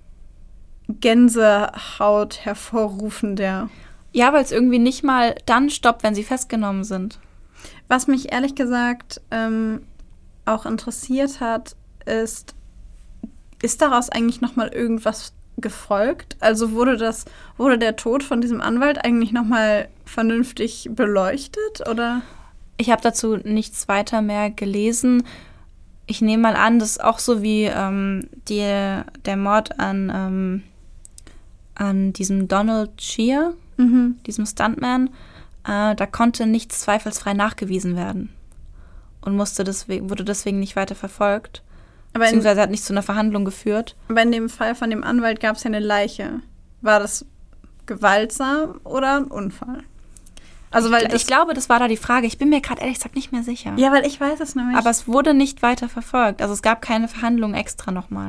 Gänsehaut hervorrufender. Ja, weil es irgendwie nicht mal dann stoppt, wenn sie festgenommen sind. Was mich ehrlich gesagt auch interessiert hat, ist daraus eigentlich noch mal irgendwas gefolgt? Also wurde der Tod von diesem Anwalt eigentlich noch mal vernünftig beleuchtet, oder? Ich habe dazu nichts weiter mehr gelesen. Ich nehme mal an, das ist auch so wie der Mord an diesem Donald Shear, diesem Stuntman. Da konnte nichts zweifelsfrei nachgewiesen werden und wurde deswegen nicht weiter verfolgt. Beziehungsweise hat nicht zu einer Verhandlung geführt. Aber in dem Fall von dem Anwalt gab es ja eine Leiche. War das gewaltsam oder ein Unfall? Also, ich glaube, das war da die Frage. Ich bin mir gerade ehrlich gesagt nicht mehr sicher. Ja, weil ich weiß es nämlich. Aber es wurde nicht weiter verfolgt. Also es gab keine Verhandlung extra nochmal.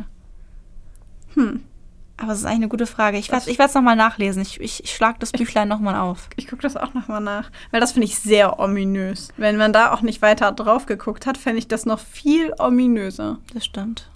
Aber es ist eigentlich eine gute Frage. Ich werde es nochmal nachlesen. Ich schlage das Büchlein nochmal auf. Ich gucke das auch nochmal nach. Weil das finde ich sehr ominös. Wenn man da auch nicht weiter drauf geguckt hat, fände ich das noch viel ominöser. Das stimmt.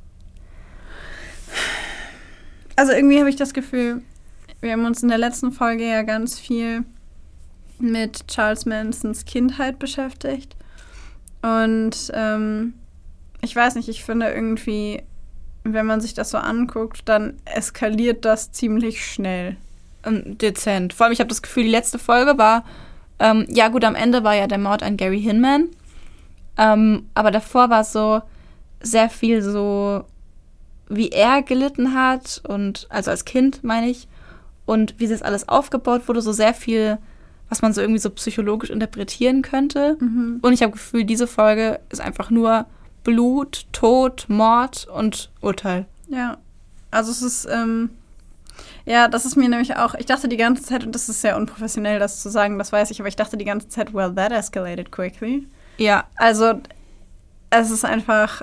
Also irgendwie habe ich das Gefühl, wir haben uns in der letzten Folge ja ganz viel mit Charles Mansons Kindheit beschäftigt. Und ich weiß nicht, ich finde irgendwie, wenn man sich das so anguckt, dann eskaliert das ziemlich schnell. Dezent. Vor allem, ich habe das Gefühl, die letzte Folge war, am Ende war ja der Mord an Gary Hinman. Aber davor war es so sehr viel so, wie er gelitten hat und, also als Kind, meine ich, und wie das alles aufgebaut wurde, so sehr viel, was man so irgendwie so psychologisch interpretieren könnte. Und ich habe das Gefühl, diese Folge ist einfach nur Blut, Tod, Mord und Urteil. Ja, also es ist, das ist mir nämlich auch, ich dachte die ganze Zeit, und das ist sehr unprofessionell, das zu sagen, das weiß ich, aber ich dachte die ganze Zeit, well, that escalated quickly. Ja. Also, es ist einfach,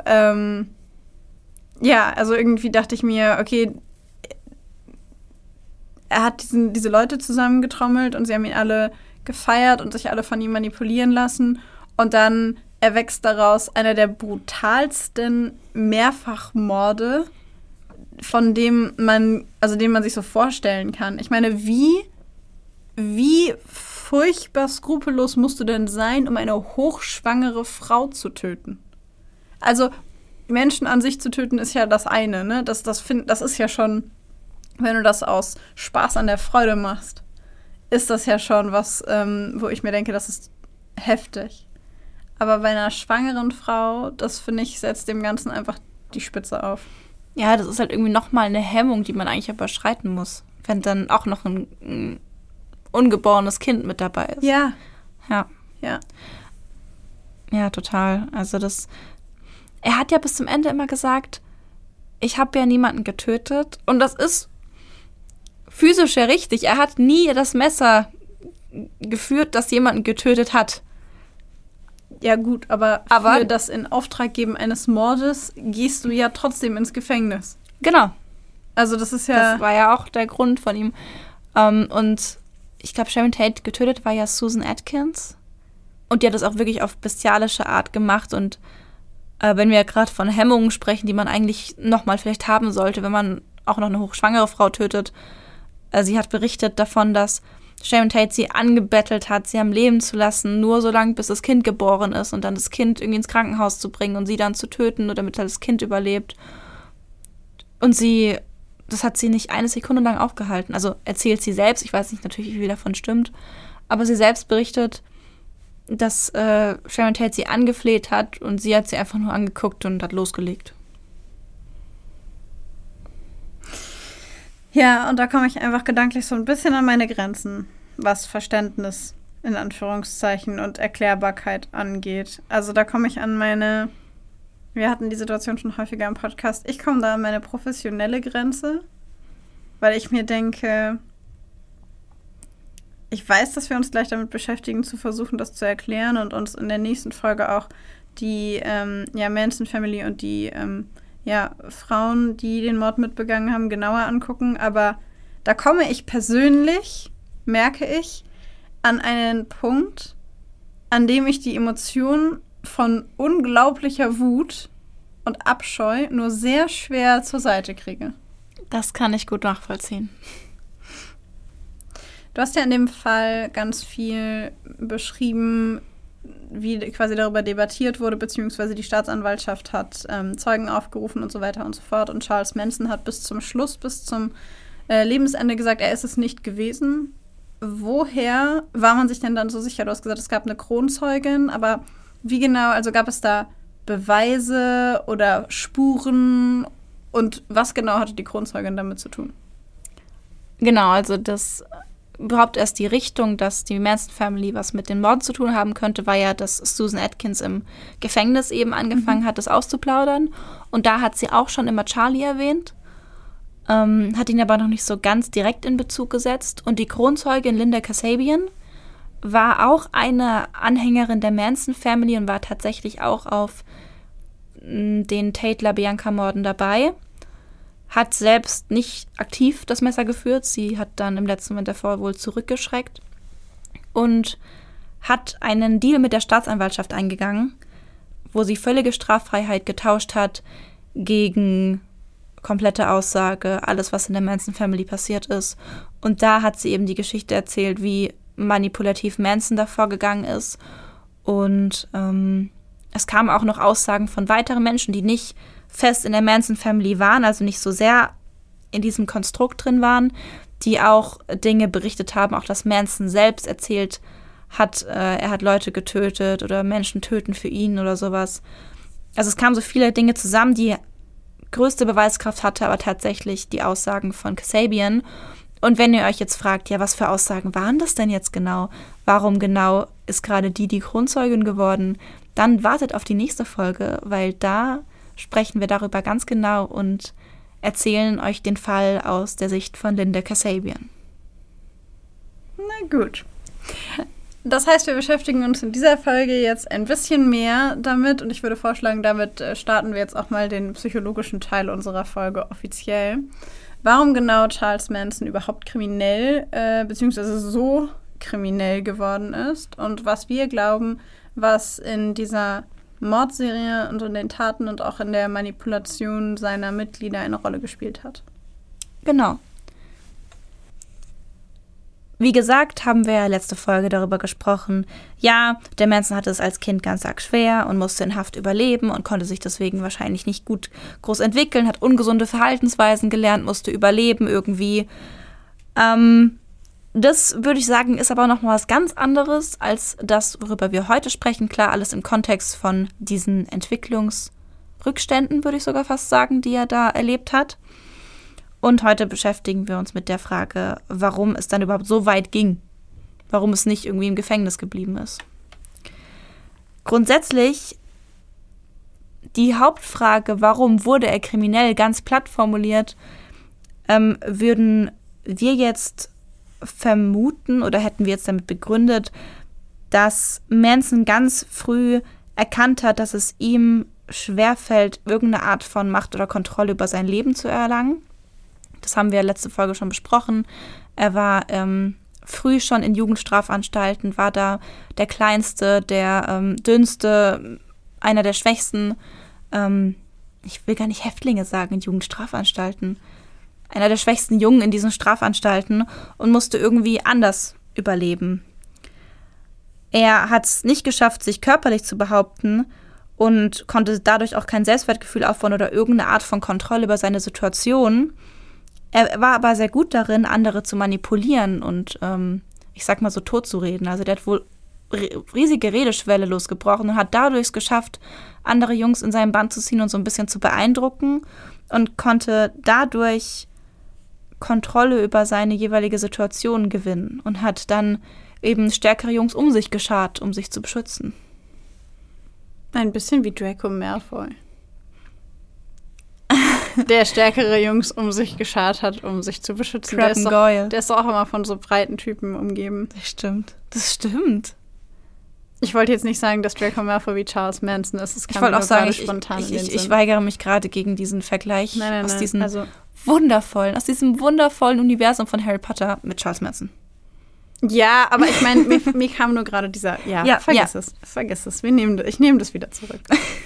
also irgendwie dachte ich mir, okay, er hat diese Leute zusammengetrommelt und sie haben ihn alle gefeiert und sich alle von ihm manipulieren lassen. Und dann erwächst daraus einer der brutalsten Mehrfachmorde, von dem man sich so vorstellen kann. Ich meine, wie furchtbar skrupellos musst du denn sein, um eine hochschwangere Frau zu töten? Also, Menschen an sich zu töten ist ja das eine, ne? Das ist ja schon, wenn du das aus Spaß an der Freude machst, ist das ja schon was, wo ich mir denke, das ist heftig. Aber bei einer schwangeren Frau, das finde ich, setzt dem Ganzen einfach die Spitze auf. Ja, das ist halt irgendwie nochmal eine Hemmung, die man eigentlich überschreiten muss, wenn dann auch noch ein ungeborenes Kind mit dabei ist. Ja. Ja. Ja. Ja, total. Also er hat ja bis zum Ende immer gesagt, ich habe ja niemanden getötet. Und das ist physisch ja richtig. Er hat nie das Messer geführt, das jemanden getötet hat. Ja gut, aber für das Inauftraggeben eines Mordes gehst du ja trotzdem ins Gefängnis. Genau. Also das ist ja... Das war ja auch der Grund von ihm. Und ich glaube, Sharon Tate getötet war ja Susan Atkins. Und die hat das auch wirklich auf bestialische Art gemacht. Und wenn wir gerade von Hemmungen sprechen, die man eigentlich nochmal vielleicht haben sollte, wenn man auch noch eine hochschwangere Frau tötet. Sie hat berichtet davon, dass Sharon Tate sie angebettelt hat, sie am Leben zu lassen, nur so lange, bis das Kind geboren ist und dann das Kind irgendwie ins Krankenhaus zu bringen und sie dann zu töten, nur damit halt das Kind überlebt. Und das hat sie nicht eine Sekunde lang aufgehalten. Also erzählt sie selbst, ich weiß nicht natürlich, wie viel davon stimmt, aber sie selbst berichtet, dass Sharon Tate sie angefleht hat und sie hat sie einfach nur angeguckt und hat losgelegt. Ja, und da komme ich einfach gedanklich so ein bisschen an meine Grenzen, was Verständnis in Anführungszeichen und Erklärbarkeit angeht. Also da komme ich an meine, wir hatten die Situation schon häufiger im Podcast, ich komme da an meine professionelle Grenze, weil ich mir denke, ich weiß, dass wir uns gleich damit beschäftigen, zu versuchen, das zu erklären und uns in der nächsten Folge auch die Manson Family und die Frauen, die den Mord mitbegangen haben, genauer angucken. Aber da komme ich persönlich, merke ich, an einen Punkt, an dem ich die Emotionen von unglaublicher Wut und Abscheu nur sehr schwer zur Seite kriege. Das kann ich gut nachvollziehen. Du hast ja in dem Fall ganz viel beschrieben, wie quasi darüber debattiert wurde, beziehungsweise die Staatsanwaltschaft hat Zeugen aufgerufen und so weiter und so fort. Und Charles Manson hat bis zum Schluss, bis zum Lebensende gesagt, er ist es nicht gewesen. Woher war man sich denn dann so sicher? Du hast gesagt, es gab eine Kronzeugin, aber wie genau, also gab es da Beweise oder Spuren und was genau hatte die Kronzeugin damit zu tun? Genau, also das überhaupt erst die Richtung, dass die Manson Family was mit den Morden zu tun haben könnte, war ja, dass Susan Atkins im Gefängnis eben angefangen hat, das auszuplaudern. Und da hat sie auch schon immer Charlie erwähnt, hat ihn aber noch nicht so ganz direkt in Bezug gesetzt. Und die Kronzeugin Linda Kasabian war auch eine Anhängerin der Manson Family und war tatsächlich auch auf den Tate-LaBianca-Morden dabei. Hat selbst nicht aktiv das Messer geführt. Sie hat dann im letzten Moment davor wohl zurückgeschreckt und hat einen Deal mit der Staatsanwaltschaft eingegangen, wo sie völlige Straffreiheit getauscht hat gegen komplette Aussage, alles, was in der Manson Family passiert ist. Und da hat sie eben die Geschichte erzählt, wie manipulativ Manson davor gegangen ist. Und es kamen auch noch Aussagen von weiteren Menschen, die nicht fest in der Manson Family waren, also nicht so sehr in diesem Konstrukt drin waren, die auch Dinge berichtet haben, auch dass Manson selbst erzählt hat, er hat Leute getötet oder Menschen töten für ihn oder sowas. Also es kamen so viele Dinge zusammen, die größte Beweiskraft hatte, aber tatsächlich die Aussagen von Kasabian. Und wenn ihr euch jetzt fragt, ja, was für Aussagen waren das denn jetzt genau? Warum genau ist gerade die Kronzeugin geworden? Dann wartet auf die nächste Folge, weil da sprechen wir darüber ganz genau und erzählen euch den Fall aus der Sicht von Linda Kasabian. Na gut. Das heißt, wir beschäftigen uns in dieser Folge jetzt ein bisschen mehr damit und ich würde vorschlagen, damit starten wir jetzt auch mal den psychologischen Teil unserer Folge offiziell. Warum genau Charles Manson überhaupt kriminell, beziehungsweise so kriminell geworden ist und was wir glauben, was in dieser Mordserie und in den Taten und auch in der Manipulation seiner Mitglieder eine Rolle gespielt hat. Genau. Wie gesagt, haben wir letzte Folge darüber gesprochen, ja, der Manson hatte es als Kind ganz arg schwer und musste in Haft überleben und konnte sich deswegen wahrscheinlich nicht gut groß entwickeln, hat ungesunde Verhaltensweisen gelernt, musste überleben irgendwie. Das, würde ich sagen, ist aber noch mal was ganz anderes als das, worüber wir heute sprechen. Klar, alles im Kontext von diesen Entwicklungsrückständen, würde ich sogar fast sagen, die er da erlebt hat. Und heute beschäftigen wir uns mit der Frage, warum es dann überhaupt so weit ging. Warum es nicht irgendwie im Gefängnis geblieben ist. Grundsätzlich die Hauptfrage, warum wurde er kriminell, ganz platt formuliert, würden wir jetzt vermuten oder hätten wir jetzt damit begründet, dass Manson ganz früh erkannt hat, dass es ihm schwerfällt, irgendeine Art von Macht oder Kontrolle über sein Leben zu erlangen. Das haben wir letzte Folge schon besprochen. Er war früh schon in Jugendstrafanstalten, war da der Kleinste, der Dünnste, einer der Schwächsten. Ich will gar nicht Häftlinge sagen in Jugendstrafanstalten. Einer der schwächsten Jungen in diesen Strafanstalten und musste irgendwie anders überleben. Er hat es nicht geschafft, sich körperlich zu behaupten und konnte dadurch auch kein Selbstwertgefühl aufbauen oder irgendeine Art von Kontrolle über seine Situation. Er war aber sehr gut darin, andere zu manipulieren und, ich sag mal so, totzureden. Also der hat wohl riesige Redeschwelle losgebrochen und hat dadurch es geschafft, andere Jungs in seinen Bann zu ziehen und so ein bisschen zu beeindrucken und konnte dadurch Kontrolle über seine jeweilige Situation gewinnen und hat dann eben stärkere Jungs um sich geschart, um sich zu beschützen. Ein bisschen wie Draco Malfoy. Der stärkere Jungs um sich geschart hat, um sich zu beschützen. Der ist doch auch immer von so breiten Typen umgeben. Das stimmt. Ich wollte jetzt nicht sagen, dass Draco Malfoy wie Charles Manson ist. Das ich wollte auch sagen, ich weigere mich gerade gegen diesen Vergleich aus diesem wundervollen Universum von Harry Potter mit Charles Manson. Ja, aber ich meine, mir kam nur gerade dieser, vergiss es. Ich nehme das wieder zurück.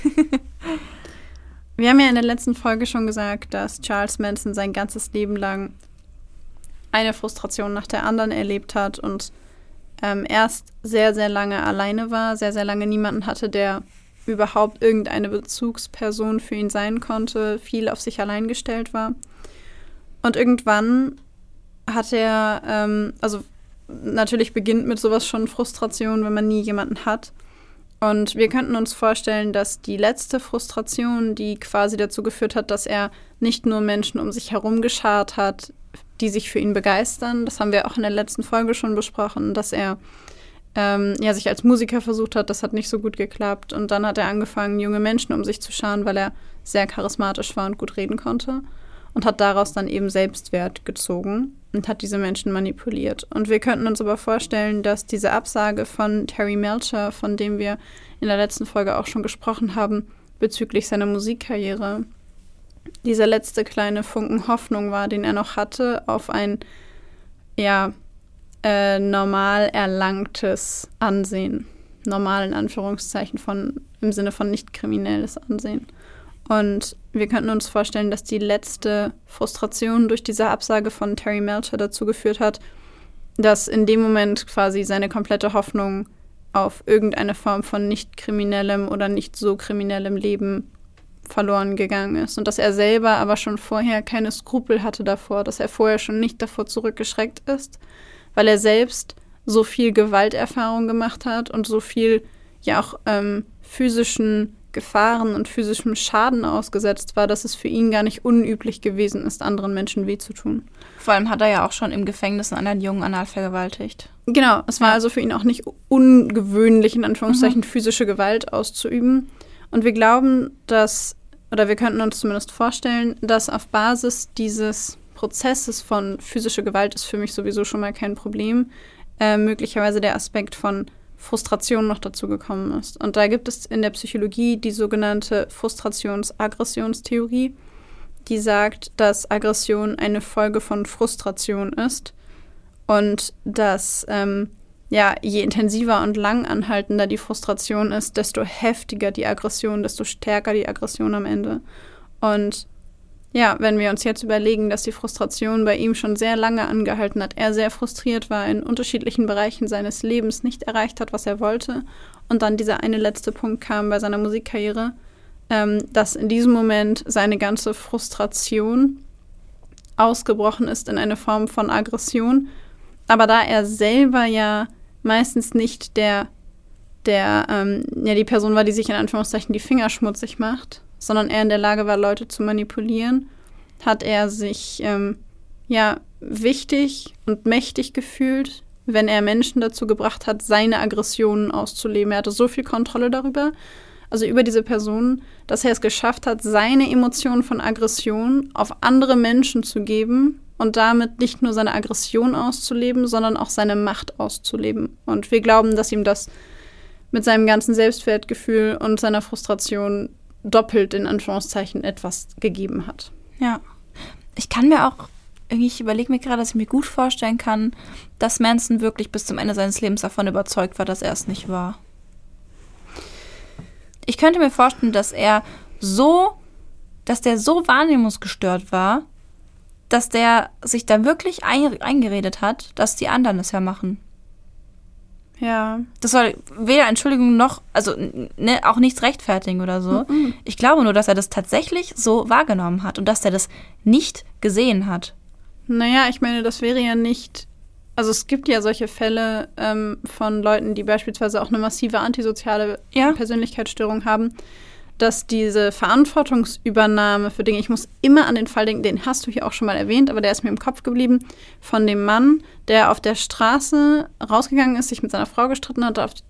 Wir haben ja in der letzten Folge schon gesagt, dass Charles Manson sein ganzes Leben lang eine Frustration nach der anderen erlebt hat und erst sehr, sehr lange alleine war, sehr, sehr lange niemanden hatte, der überhaupt irgendeine Bezugsperson für ihn sein konnte, viel auf sich allein gestellt war. Und irgendwann hat er, natürlich beginnt mit sowas schon Frustration, wenn man nie jemanden hat. Und wir könnten uns vorstellen, dass die letzte Frustration, die quasi dazu geführt hat, dass er nicht nur Menschen um sich herum geschart hat, die sich für ihn begeistern, das haben wir auch in der letzten Folge schon besprochen, dass er sich als Musiker versucht hat, das hat nicht so gut geklappt. Und dann hat er angefangen, junge Menschen um sich zu scharen, weil er sehr charismatisch war und gut reden konnte. Und hat daraus dann eben Selbstwert gezogen und hat diese Menschen manipuliert. Und wir könnten uns aber vorstellen, dass diese Absage von Terry Melcher, von dem wir in der letzten Folge auch schon gesprochen haben, bezüglich seiner Musikkarriere, dieser letzte kleine Funken Hoffnung war, den er noch hatte, auf ein, normal erlangtes Ansehen. Normal in Anführungszeichen im Sinne von nicht kriminelles Ansehen. Und wir könnten uns vorstellen, dass die letzte Frustration durch diese Absage von Terry Melcher dazu geführt hat, dass in dem Moment quasi seine komplette Hoffnung auf irgendeine Form von nicht kriminellem oder nicht so kriminellem Leben verloren gegangen ist. Und dass er selber aber schon vorher keine Skrupel hatte davor, dass er vorher schon nicht davor zurückgeschreckt ist, weil er selbst so viel Gewalterfahrung gemacht hat und so viel physischen Gefahren und physischem Schaden ausgesetzt war, dass es für ihn gar nicht unüblich gewesen ist, anderen Menschen weh zu tun. Vor allem hat er ja auch schon im Gefängnis einen anderen Jungen anal vergewaltigt. Genau, es war also für ihn auch nicht ungewöhnlich, in Anführungszeichen, physische Gewalt auszuüben. Und wir glauben, wir könnten uns zumindest vorstellen, dass auf Basis dieses Prozesses von physischer Gewalt ist für mich sowieso schon mal kein Problem, möglicherweise der Aspekt von Frustration noch dazu gekommen ist. Und da gibt es in der Psychologie die sogenannte Frustrations-Aggressionstheorie, die sagt, dass Aggression eine Folge von Frustration ist und dass je intensiver und lang anhaltender die Frustration ist, desto heftiger die Aggression, desto stärker die Aggression am Ende. Und wenn wir uns jetzt überlegen, dass die Frustration bei ihm schon sehr lange angehalten hat, er sehr frustriert war, in unterschiedlichen Bereichen seines Lebens nicht erreicht hat, was er wollte, und dann dieser eine letzte Punkt kam bei seiner Musikkarriere, dass in diesem Moment seine ganze Frustration ausgebrochen ist in eine Form von Aggression. Aber da er selber ja meistens nicht die Person war, die sich in Anführungszeichen die Finger schmutzig macht, sondern er in der Lage war, Leute zu manipulieren, hat er sich wichtig und mächtig gefühlt, wenn er Menschen dazu gebracht hat, seine Aggressionen auszuleben. Er hatte so viel Kontrolle darüber, also über diese Person, dass er es geschafft hat, seine Emotionen von Aggression auf andere Menschen zu geben, und damit nicht nur seine Aggression auszuleben, sondern auch seine Macht auszuleben. Und wir glauben, dass ihm das mit seinem ganzen Selbstwertgefühl und seiner Frustration doppelt in Anführungszeichen etwas gegeben hat. Ja. Ich kann mir auch, ich überlege mir gerade, dass ich mir gut vorstellen kann, dass Manson wirklich bis zum Ende seines Lebens davon überzeugt war, dass er es nicht war. Ich könnte mir vorstellen, dass der so wahrnehmungsgestört war, dass der sich da wirklich eingeredet hat, dass die anderen es ja machen. Ja. Das soll weder Entschuldigung noch, also auch nichts rechtfertigen oder so. Mhm. Ich glaube nur, dass er das tatsächlich so wahrgenommen hat und dass er das nicht gesehen hat. Naja, ich meine, das wäre ja nicht. Also es gibt ja solche Fälle von Leuten, die beispielsweise auch eine massive antisoziale Persönlichkeitsstörung haben, dass diese Verantwortungsübernahme für Dinge, ich muss immer an den Fall denken, den hast du hier auch schon mal erwähnt, aber der ist mir im Kopf geblieben, von dem Mann, der auf der Straße rausgegangen ist, sich mit seiner Frau gestritten hatte, auf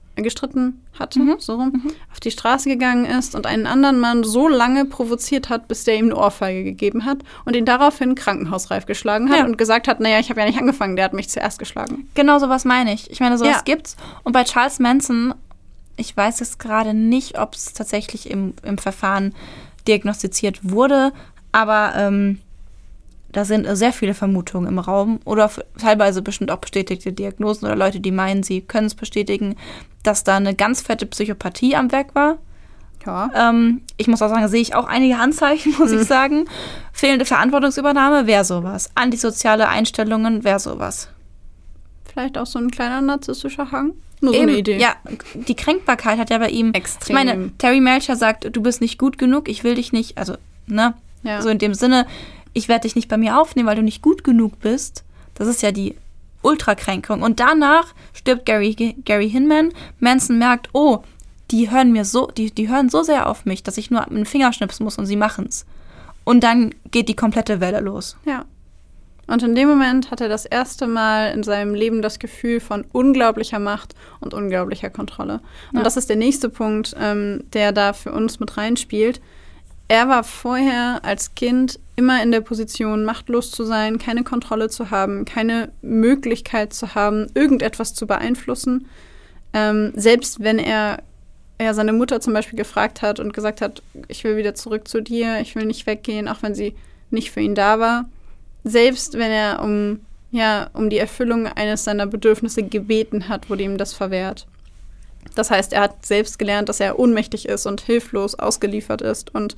die Straße gegangen ist und einen anderen Mann so lange provoziert hat, bis der ihm eine Ohrfeige gegeben hat und ihn daraufhin krankenhausreif geschlagen hat und gesagt hat, naja, ich habe ja nicht angefangen, der hat mich zuerst geschlagen. Genau sowas meine ich. Ich meine, sowas gibt's. Und bei Charles Manson, ich weiß jetzt gerade nicht, ob es tatsächlich im Verfahren diagnostiziert wurde, aber da sind sehr viele Vermutungen im Raum oder teilweise bestimmt auch bestätigte Diagnosen oder Leute, die meinen, sie können es bestätigen, dass da eine ganz fette Psychopathie am Werk war. Ja. Ich muss auch sagen, sehe ich auch einige Anzeichen, muss ich sagen. Fehlende Verantwortungsübernahme wäre sowas. Antisoziale Einstellungen wäre sowas. Vielleicht auch so ein kleiner narzisstischer Hang? Nur so eine Idee. Ja, die Kränkbarkeit hat ja bei ihm extrem. Ich meine, Terry Melcher sagt, du bist nicht gut genug, ich will dich nicht, also, so in dem Sinne, ich werde dich nicht bei mir aufnehmen, weil du nicht gut genug bist. Das ist ja die Ultrakränkung. Und danach stirbt Gary Hinman. Manson merkt, oh, die hören so sehr auf mich, dass ich nur mit dem Finger schnipsen muss und sie machen's. Und dann geht die komplette Welle los. Ja. Und in dem Moment hat er das erste Mal in seinem Leben das Gefühl von unglaublicher Macht und unglaublicher Kontrolle. Und das ist der nächste Punkt, der da für uns mit reinspielt. Er war vorher als Kind immer in der Position, machtlos zu sein, keine Kontrolle zu haben, keine Möglichkeit zu haben, irgendetwas zu beeinflussen. Selbst wenn er seine Mutter zum Beispiel gefragt hat und gesagt hat, ich will wieder zurück zu dir, ich will nicht weggehen, auch wenn sie nicht für ihn da war. Selbst wenn er um die Erfüllung eines seiner Bedürfnisse gebeten hat, wurde ihm das verwehrt. Das heißt, er hat selbst gelernt, dass er ohnmächtig ist und hilflos ausgeliefert ist. Und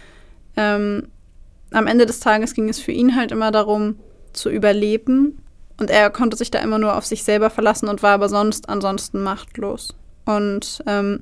am Ende des Tages ging es für ihn halt immer darum, zu überleben. Und er konnte sich da immer nur auf sich selber verlassen und war aber ansonsten machtlos. Und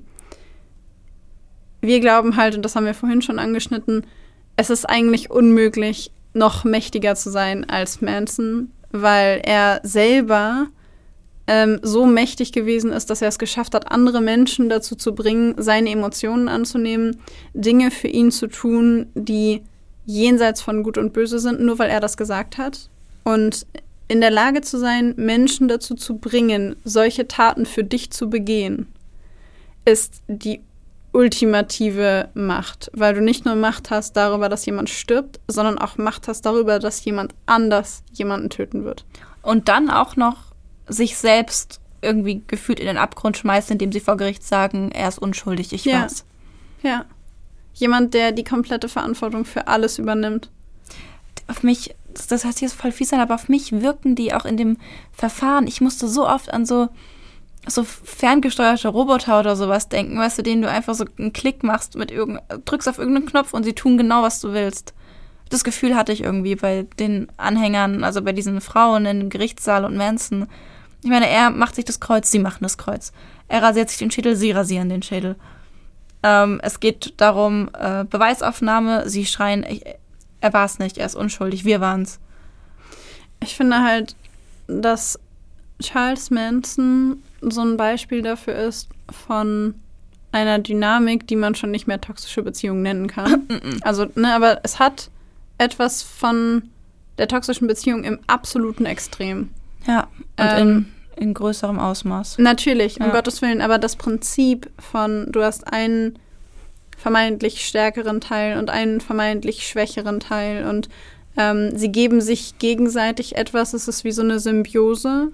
wir glauben halt, und das haben wir vorhin schon angeschnitten, es ist eigentlich unmöglich, noch mächtiger zu sein als Manson, weil er selber so mächtig gewesen ist, dass er es geschafft hat, andere Menschen dazu zu bringen, seine Emotionen anzunehmen, Dinge für ihn zu tun, die jenseits von Gut und Böse sind, nur weil er das gesagt hat. Und in der Lage zu sein, Menschen dazu zu bringen, solche Taten für dich zu begehen, ist die ultimative Macht, weil du nicht nur Macht hast darüber, dass jemand stirbt, sondern auch Macht hast darüber, dass jemand anders jemanden töten wird. Und dann auch noch sich selbst irgendwie gefühlt in den Abgrund schmeißt, indem sie vor Gericht sagen, er ist unschuldig, ich war's. Ja. Jemand, der die komplette Verantwortung für alles übernimmt. Auf mich, das heißt jetzt voll fies sein, aber auf mich wirken die auch in dem Verfahren. Ich musste so oft an so ferngesteuerte Roboter oder sowas denken, weißt du, denen du einfach so einen Klick machst, drückst auf irgendeinen Knopf und sie tun genau, was du willst. Das Gefühl hatte ich irgendwie bei den Anhängern, also bei diesen Frauen im Gerichtssaal und Manson. Ich meine, er macht sich das Kreuz, sie machen das Kreuz. Er rasiert sich den Schädel, sie rasieren den Schädel. Es geht darum, Beweisaufnahme, sie schreien, er war es nicht, er ist unschuldig, wir waren's. Ich finde halt, dass Charles Manson so ein Beispiel dafür ist von einer Dynamik, die man schon nicht mehr toxische Beziehung nennen kann. Also, aber es hat etwas von der toxischen Beziehung im absoluten Extrem. Ja, und in größerem Ausmaß. Natürlich, um Gottes Willen, aber das Prinzip von, du hast einen vermeintlich stärkeren Teil und einen vermeintlich schwächeren Teil und Sie geben sich gegenseitig etwas. Es ist wie so eine Symbiose.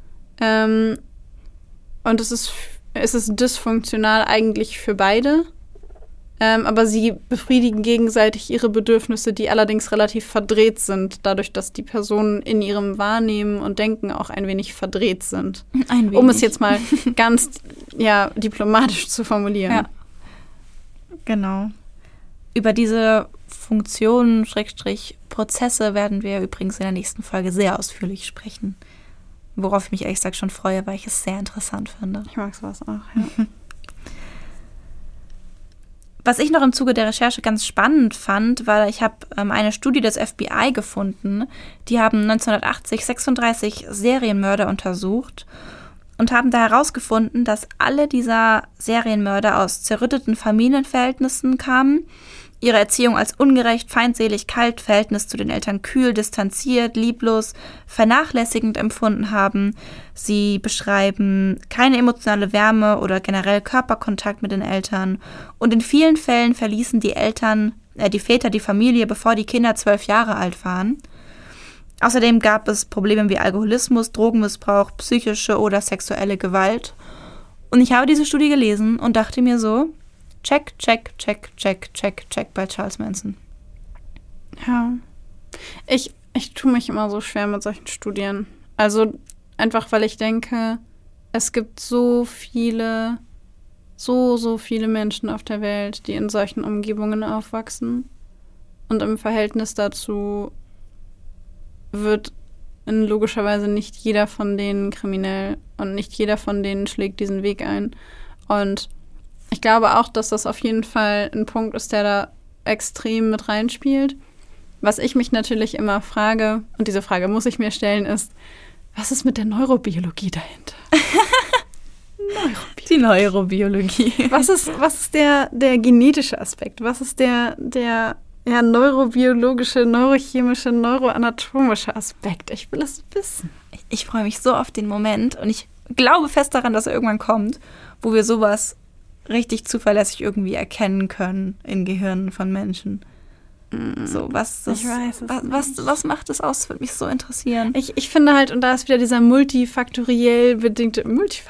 Und es ist dysfunktional eigentlich für beide. Aber sie befriedigen gegenseitig ihre Bedürfnisse, die allerdings relativ verdreht sind, dadurch, dass die Personen in ihrem Wahrnehmen und Denken auch ein wenig verdreht sind. Ein wenig. Um es jetzt mal ganz diplomatisch zu formulieren. Ja. Genau. Über diese Funktionen, Prozesse werden wir übrigens in der nächsten Folge sehr ausführlich sprechen. Worauf ich mich ehrlich gesagt schon freue, weil ich es sehr interessant finde. Ich mag sowas auch, ja. Was ich noch im Zuge der Recherche ganz spannend fand, war, ich habe eine Studie des FBI gefunden. Die haben 1980 36 Serienmörder untersucht und haben da herausgefunden, dass alle dieser Serienmörder aus zerrütteten Familienverhältnissen kamen, ihre Erziehung als ungerecht, feindselig, kalt, Verhältnis zu den Eltern kühl, distanziert, lieblos, vernachlässigend empfunden haben. Sie beschreiben keine emotionale Wärme oder generell Körperkontakt mit den Eltern. Und in vielen Fällen verließen die Väter die Familie, bevor die Kinder 12 Jahre alt waren. Außerdem gab es Probleme wie Alkoholismus, Drogenmissbrauch, psychische oder sexuelle Gewalt. Und ich habe diese Studie gelesen und dachte mir so, check, check, check, check, check, check bei Charles Manson. Ja. Ich tue mich immer so schwer mit solchen Studien. Also einfach, weil ich denke, es gibt so viele Menschen auf der Welt, die in solchen Umgebungen aufwachsen. Und im Verhältnis dazu wird logischerweise nicht jeder von denen kriminell und nicht jeder von denen schlägt diesen Weg ein. Und ich glaube auch, dass das auf jeden Fall ein Punkt ist, der da extrem mit reinspielt. Was ich mich natürlich immer frage, und diese Frage muss ich mir stellen, ist, was ist mit der Neurobiologie dahinter? Die Neurobiologie. Was ist der genetische Aspekt? Was ist der neurobiologische, neurochemische, neuroanatomische Aspekt? Ich will es wissen. Ich freue mich so auf den Moment und ich glaube fest daran, dass er irgendwann kommt, wo wir sowas richtig zuverlässig irgendwie erkennen können in Gehirnen von Menschen. So, was macht es aus? Das würde mich so interessieren. Ich finde halt, und da ist wieder dieser multifaktoriell bedingte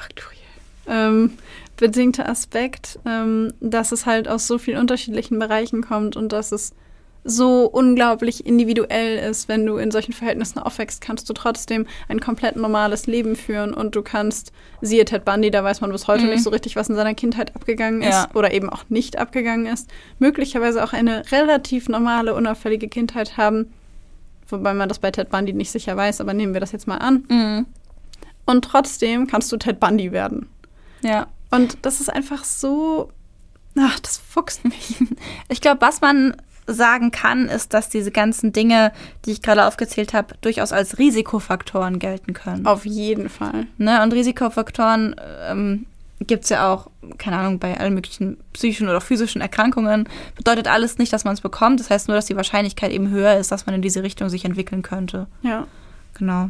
Aspekt, dass es halt aus so vielen unterschiedlichen Bereichen kommt und dass es so unglaublich individuell ist. Wenn du in solchen Verhältnissen aufwächst, kannst du trotzdem ein komplett normales Leben führen und du kannst, siehe Ted Bundy, da weiß man bis heute nicht so richtig, was in seiner Kindheit abgegangen ist oder eben auch nicht abgegangen ist, möglicherweise auch eine relativ normale, unauffällige Kindheit haben, wobei man das bei Ted Bundy nicht sicher weiß, aber nehmen wir das jetzt mal an. Und trotzdem kannst du Ted Bundy werden. Ja. Und das ist einfach so, das fuchst mich. Ich glaube, was man sagen kann, ist, dass diese ganzen Dinge, die ich gerade aufgezählt habe, durchaus als Risikofaktoren gelten können. Auf jeden Fall. Ne? Und Risikofaktoren gibt es ja auch, keine Ahnung, bei allen möglichen psychischen oder physischen Erkrankungen. Bedeutet alles nicht, dass man es bekommt. Das heißt nur, dass die Wahrscheinlichkeit eben höher ist, dass man in diese Richtung sich entwickeln könnte. Ja. Genau.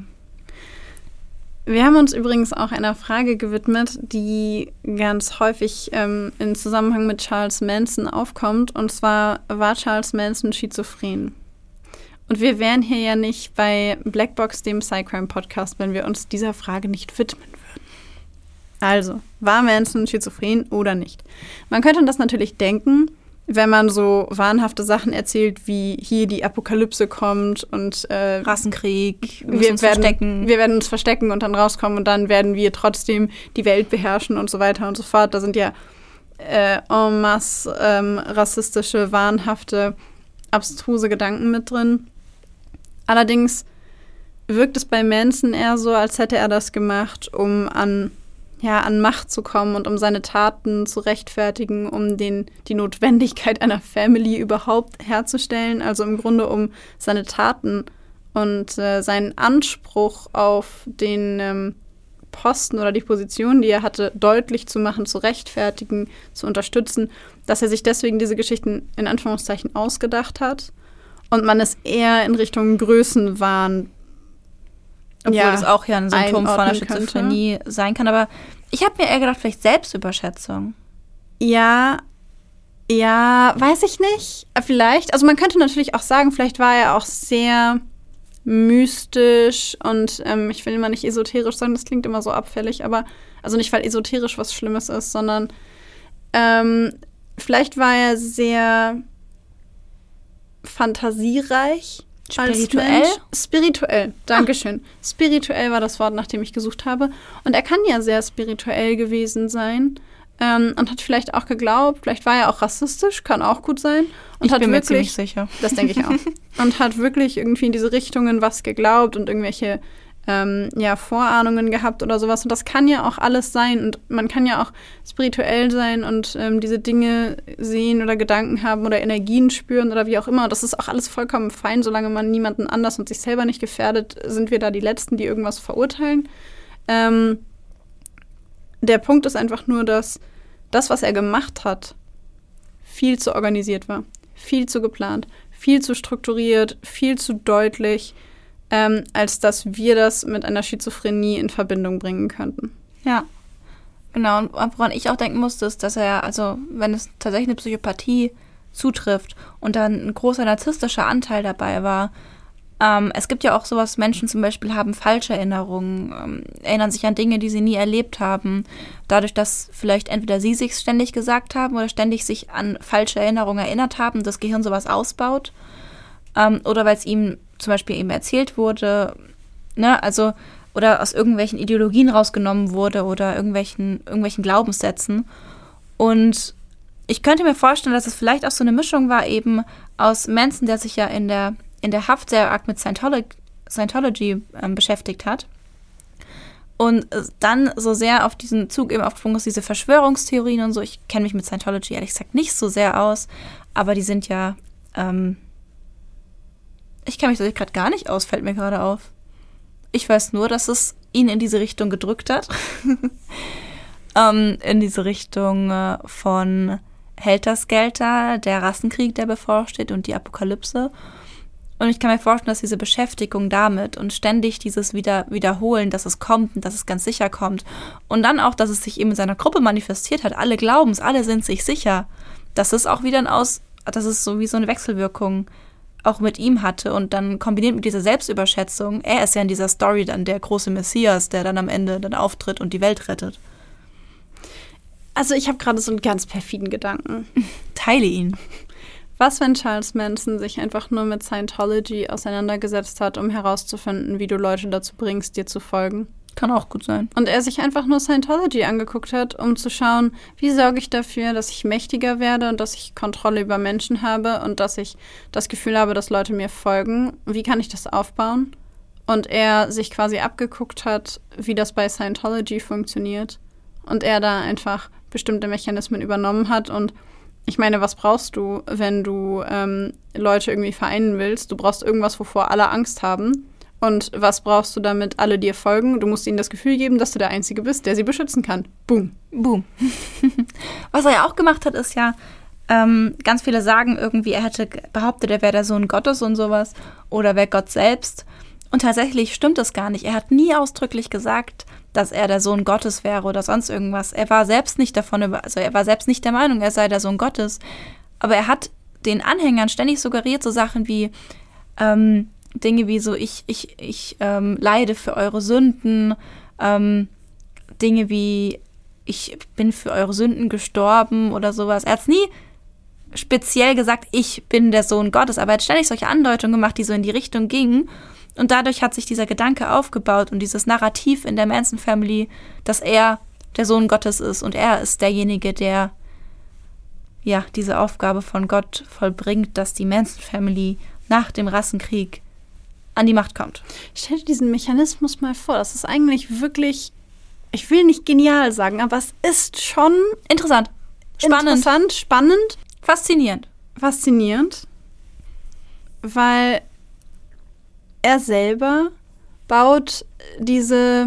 Wir haben uns übrigens auch einer Frage gewidmet, die ganz häufig in Zusammenhang mit Charles Manson aufkommt. Und zwar, war Charles Manson schizophren? Und wir wären hier ja nicht bei Blackbox, dem Psycrime-Podcast, wenn wir uns dieser Frage nicht widmen würden. Also, war Manson schizophren oder nicht? Man könnte das natürlich denken, wenn man so wahnhafte Sachen erzählt, wie hier die Apokalypse kommt und Rassenkrieg, wir werden uns verstecken und dann rauskommen und dann werden wir trotzdem die Welt beherrschen und so weiter und so fort. Da sind ja en masse rassistische, wahnhafte, abstruse Gedanken mit drin. Allerdings wirkt es bei Manson eher so, als hätte er das gemacht, um an Macht zu kommen und um seine Taten zu rechtfertigen, um die Notwendigkeit einer Family überhaupt herzustellen. Also im Grunde, um seine Taten und seinen Anspruch auf den Posten oder die Position, die er hatte, deutlich zu machen, zu rechtfertigen, zu unterstützen, dass er sich deswegen diese Geschichten in Anführungszeichen ausgedacht hat und man es eher in Richtung Größenwahn obwohl das auch ja ein Symptom von einer Schizophrenie sein kann. Aber ich habe mir eher gedacht, vielleicht Selbstüberschätzung. Ja, Ja, weiß ich nicht. Vielleicht. Also man könnte natürlich auch sagen, vielleicht war er auch sehr mystisch und ich will immer nicht esoterisch sagen, das klingt immer so abfällig, aber also nicht, weil esoterisch was Schlimmes ist, sondern vielleicht war er sehr fantasiereich. Spirituell? Spirituell, dankeschön. Spirituell war das Wort, nach dem ich gesucht habe. Und er kann ja sehr spirituell gewesen sein. Und hat vielleicht auch geglaubt, vielleicht war er auch rassistisch, kann auch gut sein. Und ich bin mir ziemlich sicher. Das denke ich auch. Und hat wirklich irgendwie in diese Richtungen was geglaubt und irgendwelche Vorahnungen gehabt oder sowas. Und das kann ja auch alles sein. Und man kann ja auch spirituell sein und diese Dinge sehen oder Gedanken haben oder Energien spüren oder wie auch immer. Und das ist auch alles vollkommen fein, solange man niemanden anders und sich selber nicht gefährdet, sind wir da die Letzten, die irgendwas verurteilen. Der Punkt ist einfach nur, dass das, was er gemacht hat, viel zu organisiert war, viel zu geplant, viel zu strukturiert, viel zu deutlich, als dass wir das mit einer Schizophrenie in Verbindung bringen könnten. Ja, genau. Und woran ich auch denken musste, ist, dass er, also wenn es tatsächlich eine Psychopathie zutrifft und dann ein großer narzisstischer Anteil dabei war, es gibt ja auch sowas, Menschen zum Beispiel haben Falscherinnerungen, erinnern sich an Dinge, die sie nie erlebt haben. Dadurch, dass vielleicht entweder sie sich ständig gesagt haben oder ständig sich an falsche Erinnerungen erinnert haben, das Gehirn sowas ausbaut. Oder weil es ihm zum Beispiel eben erzählt wurde, ne, also, oder aus irgendwelchen Ideologien rausgenommen wurde oder irgendwelchen Glaubenssätzen. Und ich könnte mir vorstellen, dass es vielleicht auch so eine Mischung war eben aus Manson, der sich ja in der Haft sehr arg mit Scientology beschäftigt hat und dann so sehr auf diesen Zug eben aufgesprungen ist, diese Verschwörungstheorien und so. Ich kenne mich mit Scientology ehrlich gesagt nicht so sehr aus, aber die sind ja, ich kenne mich tatsächlich gerade gar nicht aus, fällt mir gerade auf. Ich weiß nur, dass es ihn in diese Richtung gedrückt hat. In diese Richtung von Helter-Skelter, der Rassenkrieg, der bevorsteht und die Apokalypse. Und ich kann mir vorstellen, dass diese Beschäftigung damit und ständig dieses Wiederholen, dass es kommt und dass es ganz sicher kommt und dann auch, dass es sich eben in seiner Gruppe manifestiert hat, alle glauben es, alle sind sich sicher, dass es auch wieder dass es so wie so eine Wechselwirkung auch mit ihm hatte und dann kombiniert mit dieser Selbstüberschätzung, er ist ja in dieser Story dann der große Messias, der dann am Ende dann auftritt und die Welt rettet. Also ich habe gerade so einen ganz perfiden Gedanken. Teile ihn. Was, wenn Charles Manson sich einfach nur mit Scientology auseinandergesetzt hat, um herauszufinden, wie du Leute dazu bringst, dir zu folgen? Kann auch gut sein. Und er sich einfach nur Scientology angeguckt hat, um zu schauen, wie sorge ich dafür, dass ich mächtiger werde und dass ich Kontrolle über Menschen habe und dass ich das Gefühl habe, dass Leute mir folgen. Wie kann ich das aufbauen? Und er sich quasi abgeguckt hat, wie das bei Scientology funktioniert. Und er da einfach bestimmte Mechanismen übernommen hat. Und ich meine, was brauchst du, wenn du Leute irgendwie vereinen willst? Du brauchst irgendwas, wovor alle Angst haben. Und was brauchst du, damit alle dir folgen? Du musst ihnen das Gefühl geben, dass du der Einzige bist, der sie beschützen kann. Boom. Boom. Was er ja auch gemacht hat, ist ja, ganz viele sagen irgendwie, er hätte behauptet, er wäre der Sohn Gottes und sowas. Oder wäre Gott selbst. Und tatsächlich stimmt das gar nicht. Er hat nie ausdrücklich gesagt, dass er der Sohn Gottes wäre oder sonst irgendwas. Er war selbst nicht er war selbst nicht der Meinung, er sei der Sohn Gottes. Aber er hat den Anhängern ständig suggeriert, so Sachen wie Dinge wie so, ich leide für eure Sünden, Dinge wie, ich bin für eure Sünden gestorben oder sowas. Er hat es nie speziell gesagt, ich bin der Sohn Gottes, aber er hat ständig solche Andeutungen gemacht, die so in die Richtung gingen. Und dadurch hat sich dieser Gedanke aufgebaut und dieses Narrativ in der Manson Family, dass er der Sohn Gottes ist und er ist derjenige, der ja diese Aufgabe von Gott vollbringt, dass die Manson Family nach dem Rassenkrieg an die Macht kommt. Stell dir diesen Mechanismus mal vor. Das ist eigentlich wirklich, ich will nicht genial sagen, aber es ist schon interessant, spannend, faszinierend, weil er selber baut diese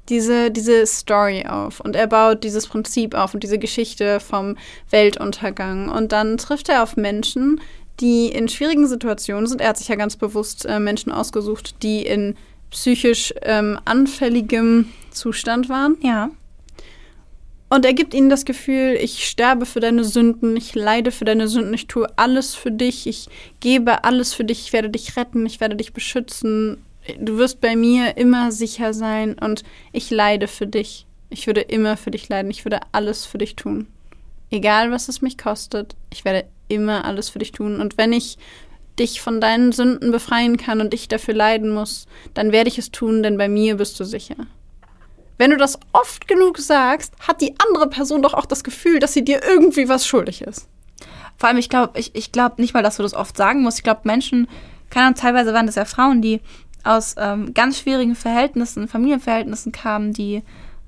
Story auf und er baut dieses Prinzip auf und diese Geschichte vom Weltuntergang. Und dann trifft er auf Menschen, die in schwierigen Situationen sind. Er hat sich ja ganz bewusst Menschen ausgesucht, die in psychisch anfälligem Zustand waren. Ja. Und er gibt ihnen das Gefühl, ich sterbe für deine Sünden, ich leide für deine Sünden, ich tue alles für dich, ich gebe alles für dich, ich werde dich retten, ich werde dich beschützen. Du wirst bei mir immer sicher sein und ich leide für dich. Ich würde immer für dich leiden, ich würde alles für dich tun. Egal, was es mich kostet, ich werde immer alles für dich tun. Und wenn ich dich von deinen Sünden befreien kann und ich dafür leiden muss, dann werde ich es tun, denn bei mir bist du sicher. Wenn du das oft genug sagst, hat die andere Person doch auch das Gefühl, dass sie dir irgendwie was schuldig ist. Vor allem, ich glaube nicht mal, dass du das oft sagen musst. Ich glaube, Menschen, keine Ahnung, teilweise waren das ja Frauen, die aus ganz schwierigen Verhältnissen, Familienverhältnissen kamen, die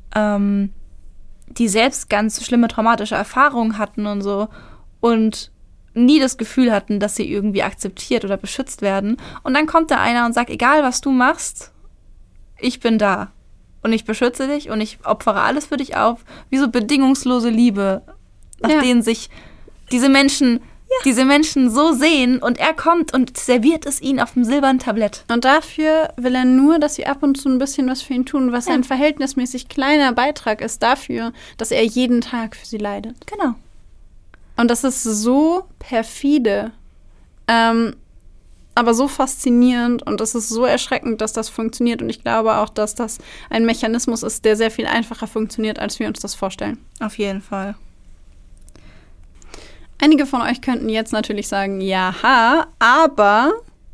selbst ganz schlimme traumatische Erfahrungen hatten und so und nie das Gefühl hatten, dass sie irgendwie akzeptiert oder beschützt werden. Und dann kommt da einer und sagt, egal was du machst, ich bin da. Und ich beschütze dich und ich opfere alles für dich auf. Wie so bedingungslose Liebe, nach denen sich diese Menschen so sehen. Und er kommt und serviert es ihnen auf dem silbernen Tablett. Und dafür will er nur, dass sie ab und zu ein bisschen was für ihn tun, was ein verhältnismäßig kleiner Beitrag ist dafür, dass er jeden Tag für sie leidet. Genau. Und das ist so perfide, aber so faszinierend und es ist so erschreckend, dass das funktioniert. Und ich glaube auch, dass das ein Mechanismus ist, der sehr viel einfacher funktioniert, als wir uns das vorstellen. Auf jeden Fall. Einige von euch könnten jetzt natürlich sagen, ja, aber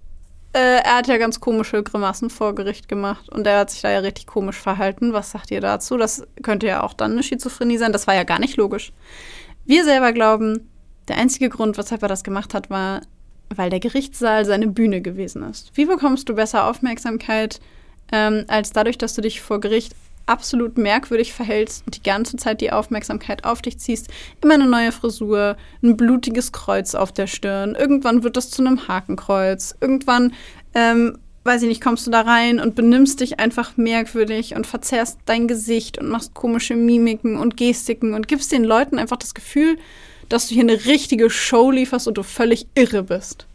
er hat ja ganz komische Grimassen vor Gericht gemacht und er hat sich da ja richtig komisch verhalten. Was sagt ihr dazu? Das könnte ja auch dann eine Schizophrenie sein. Das war ja gar nicht logisch. Wir selber glauben, der einzige Grund, weshalb er das gemacht hat, war, weil der Gerichtssaal seine Bühne gewesen ist. Wie bekommst du besser Aufmerksamkeit, als dadurch, dass du dich vor Gericht absolut merkwürdig verhältst und die ganze Zeit die Aufmerksamkeit auf dich ziehst? Immer eine neue Frisur, ein blutiges Kreuz auf der Stirn. Irgendwann wird das zu einem Hakenkreuz. Irgendwann, weiß ich nicht, kommst du da rein und benimmst dich einfach merkwürdig und verzerrst dein Gesicht und machst komische Mimiken und Gestiken und gibst den Leuten einfach das Gefühl, dass du hier eine richtige Show lieferst und du völlig irre bist.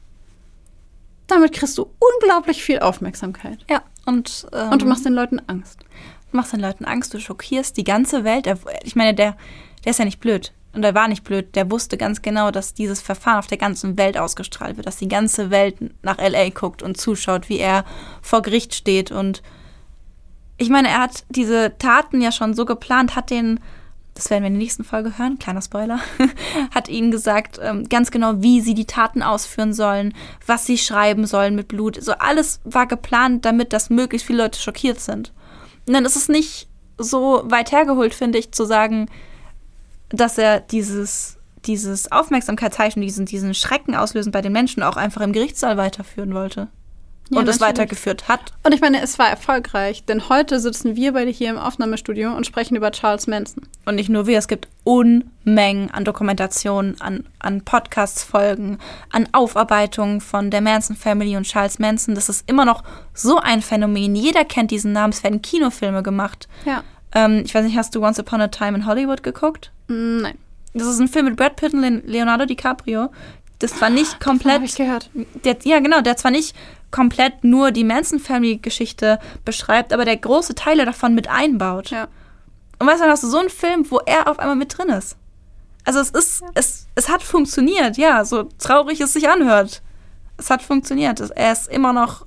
Damit kriegst du unglaublich viel Aufmerksamkeit. Ja, und du machst den Leuten Angst. Du machst den Leuten Angst, du schockierst die ganze Welt. Ich meine, der ist ja nicht blöd. Und er war nicht blöd. Der wusste ganz genau, dass dieses Verfahren auf der ganzen Welt ausgestrahlt wird. Dass die ganze Welt nach L.A. guckt und zuschaut, wie er vor Gericht steht. Und ich meine, er hat diese Taten ja schon so geplant, hat den, das werden wir in der nächsten Folge hören, kleiner Spoiler, hat ihnen gesagt, ganz genau, wie sie die Taten ausführen sollen, was sie schreiben sollen mit Blut. So alles war geplant, damit das möglichst viele Leute schockiert sind. Und dann ist es nicht so weit hergeholt, finde ich, zu sagen, dass er dieses Aufmerksamkeitszeichen, diesen Schrecken auslösen bei den Menschen auch einfach im Gerichtssaal weiterführen wollte. Ja, und es weitergeführt hat. Und ich meine, es war erfolgreich, denn heute sitzen wir beide hier im Aufnahmestudio und sprechen über Charles Manson. Und nicht nur wir, es gibt Unmengen an Dokumentationen, an Podcast-Folgen, an Aufarbeitungen von der Manson Family und Charles Manson. Das ist immer noch so ein Phänomen. Jeder kennt diesen Namen, es werden Kinofilme gemacht. Ja. Ich weiß nicht, hast du Once Upon a Time in Hollywood geguckt? Nein. Das ist ein Film mit Brad Pitt und Leonardo DiCaprio. Das zwar nicht komplett. Habe ich gehört. Der zwar nicht komplett nur die Manson-Family-Geschichte beschreibt, aber der große Teile davon mit einbaut. Ja. Und weißt du, dann hast du so einen Film, wo er auf einmal mit drin ist. Also es hat funktioniert, ja, so traurig es sich anhört. Es hat funktioniert. Er ist immer noch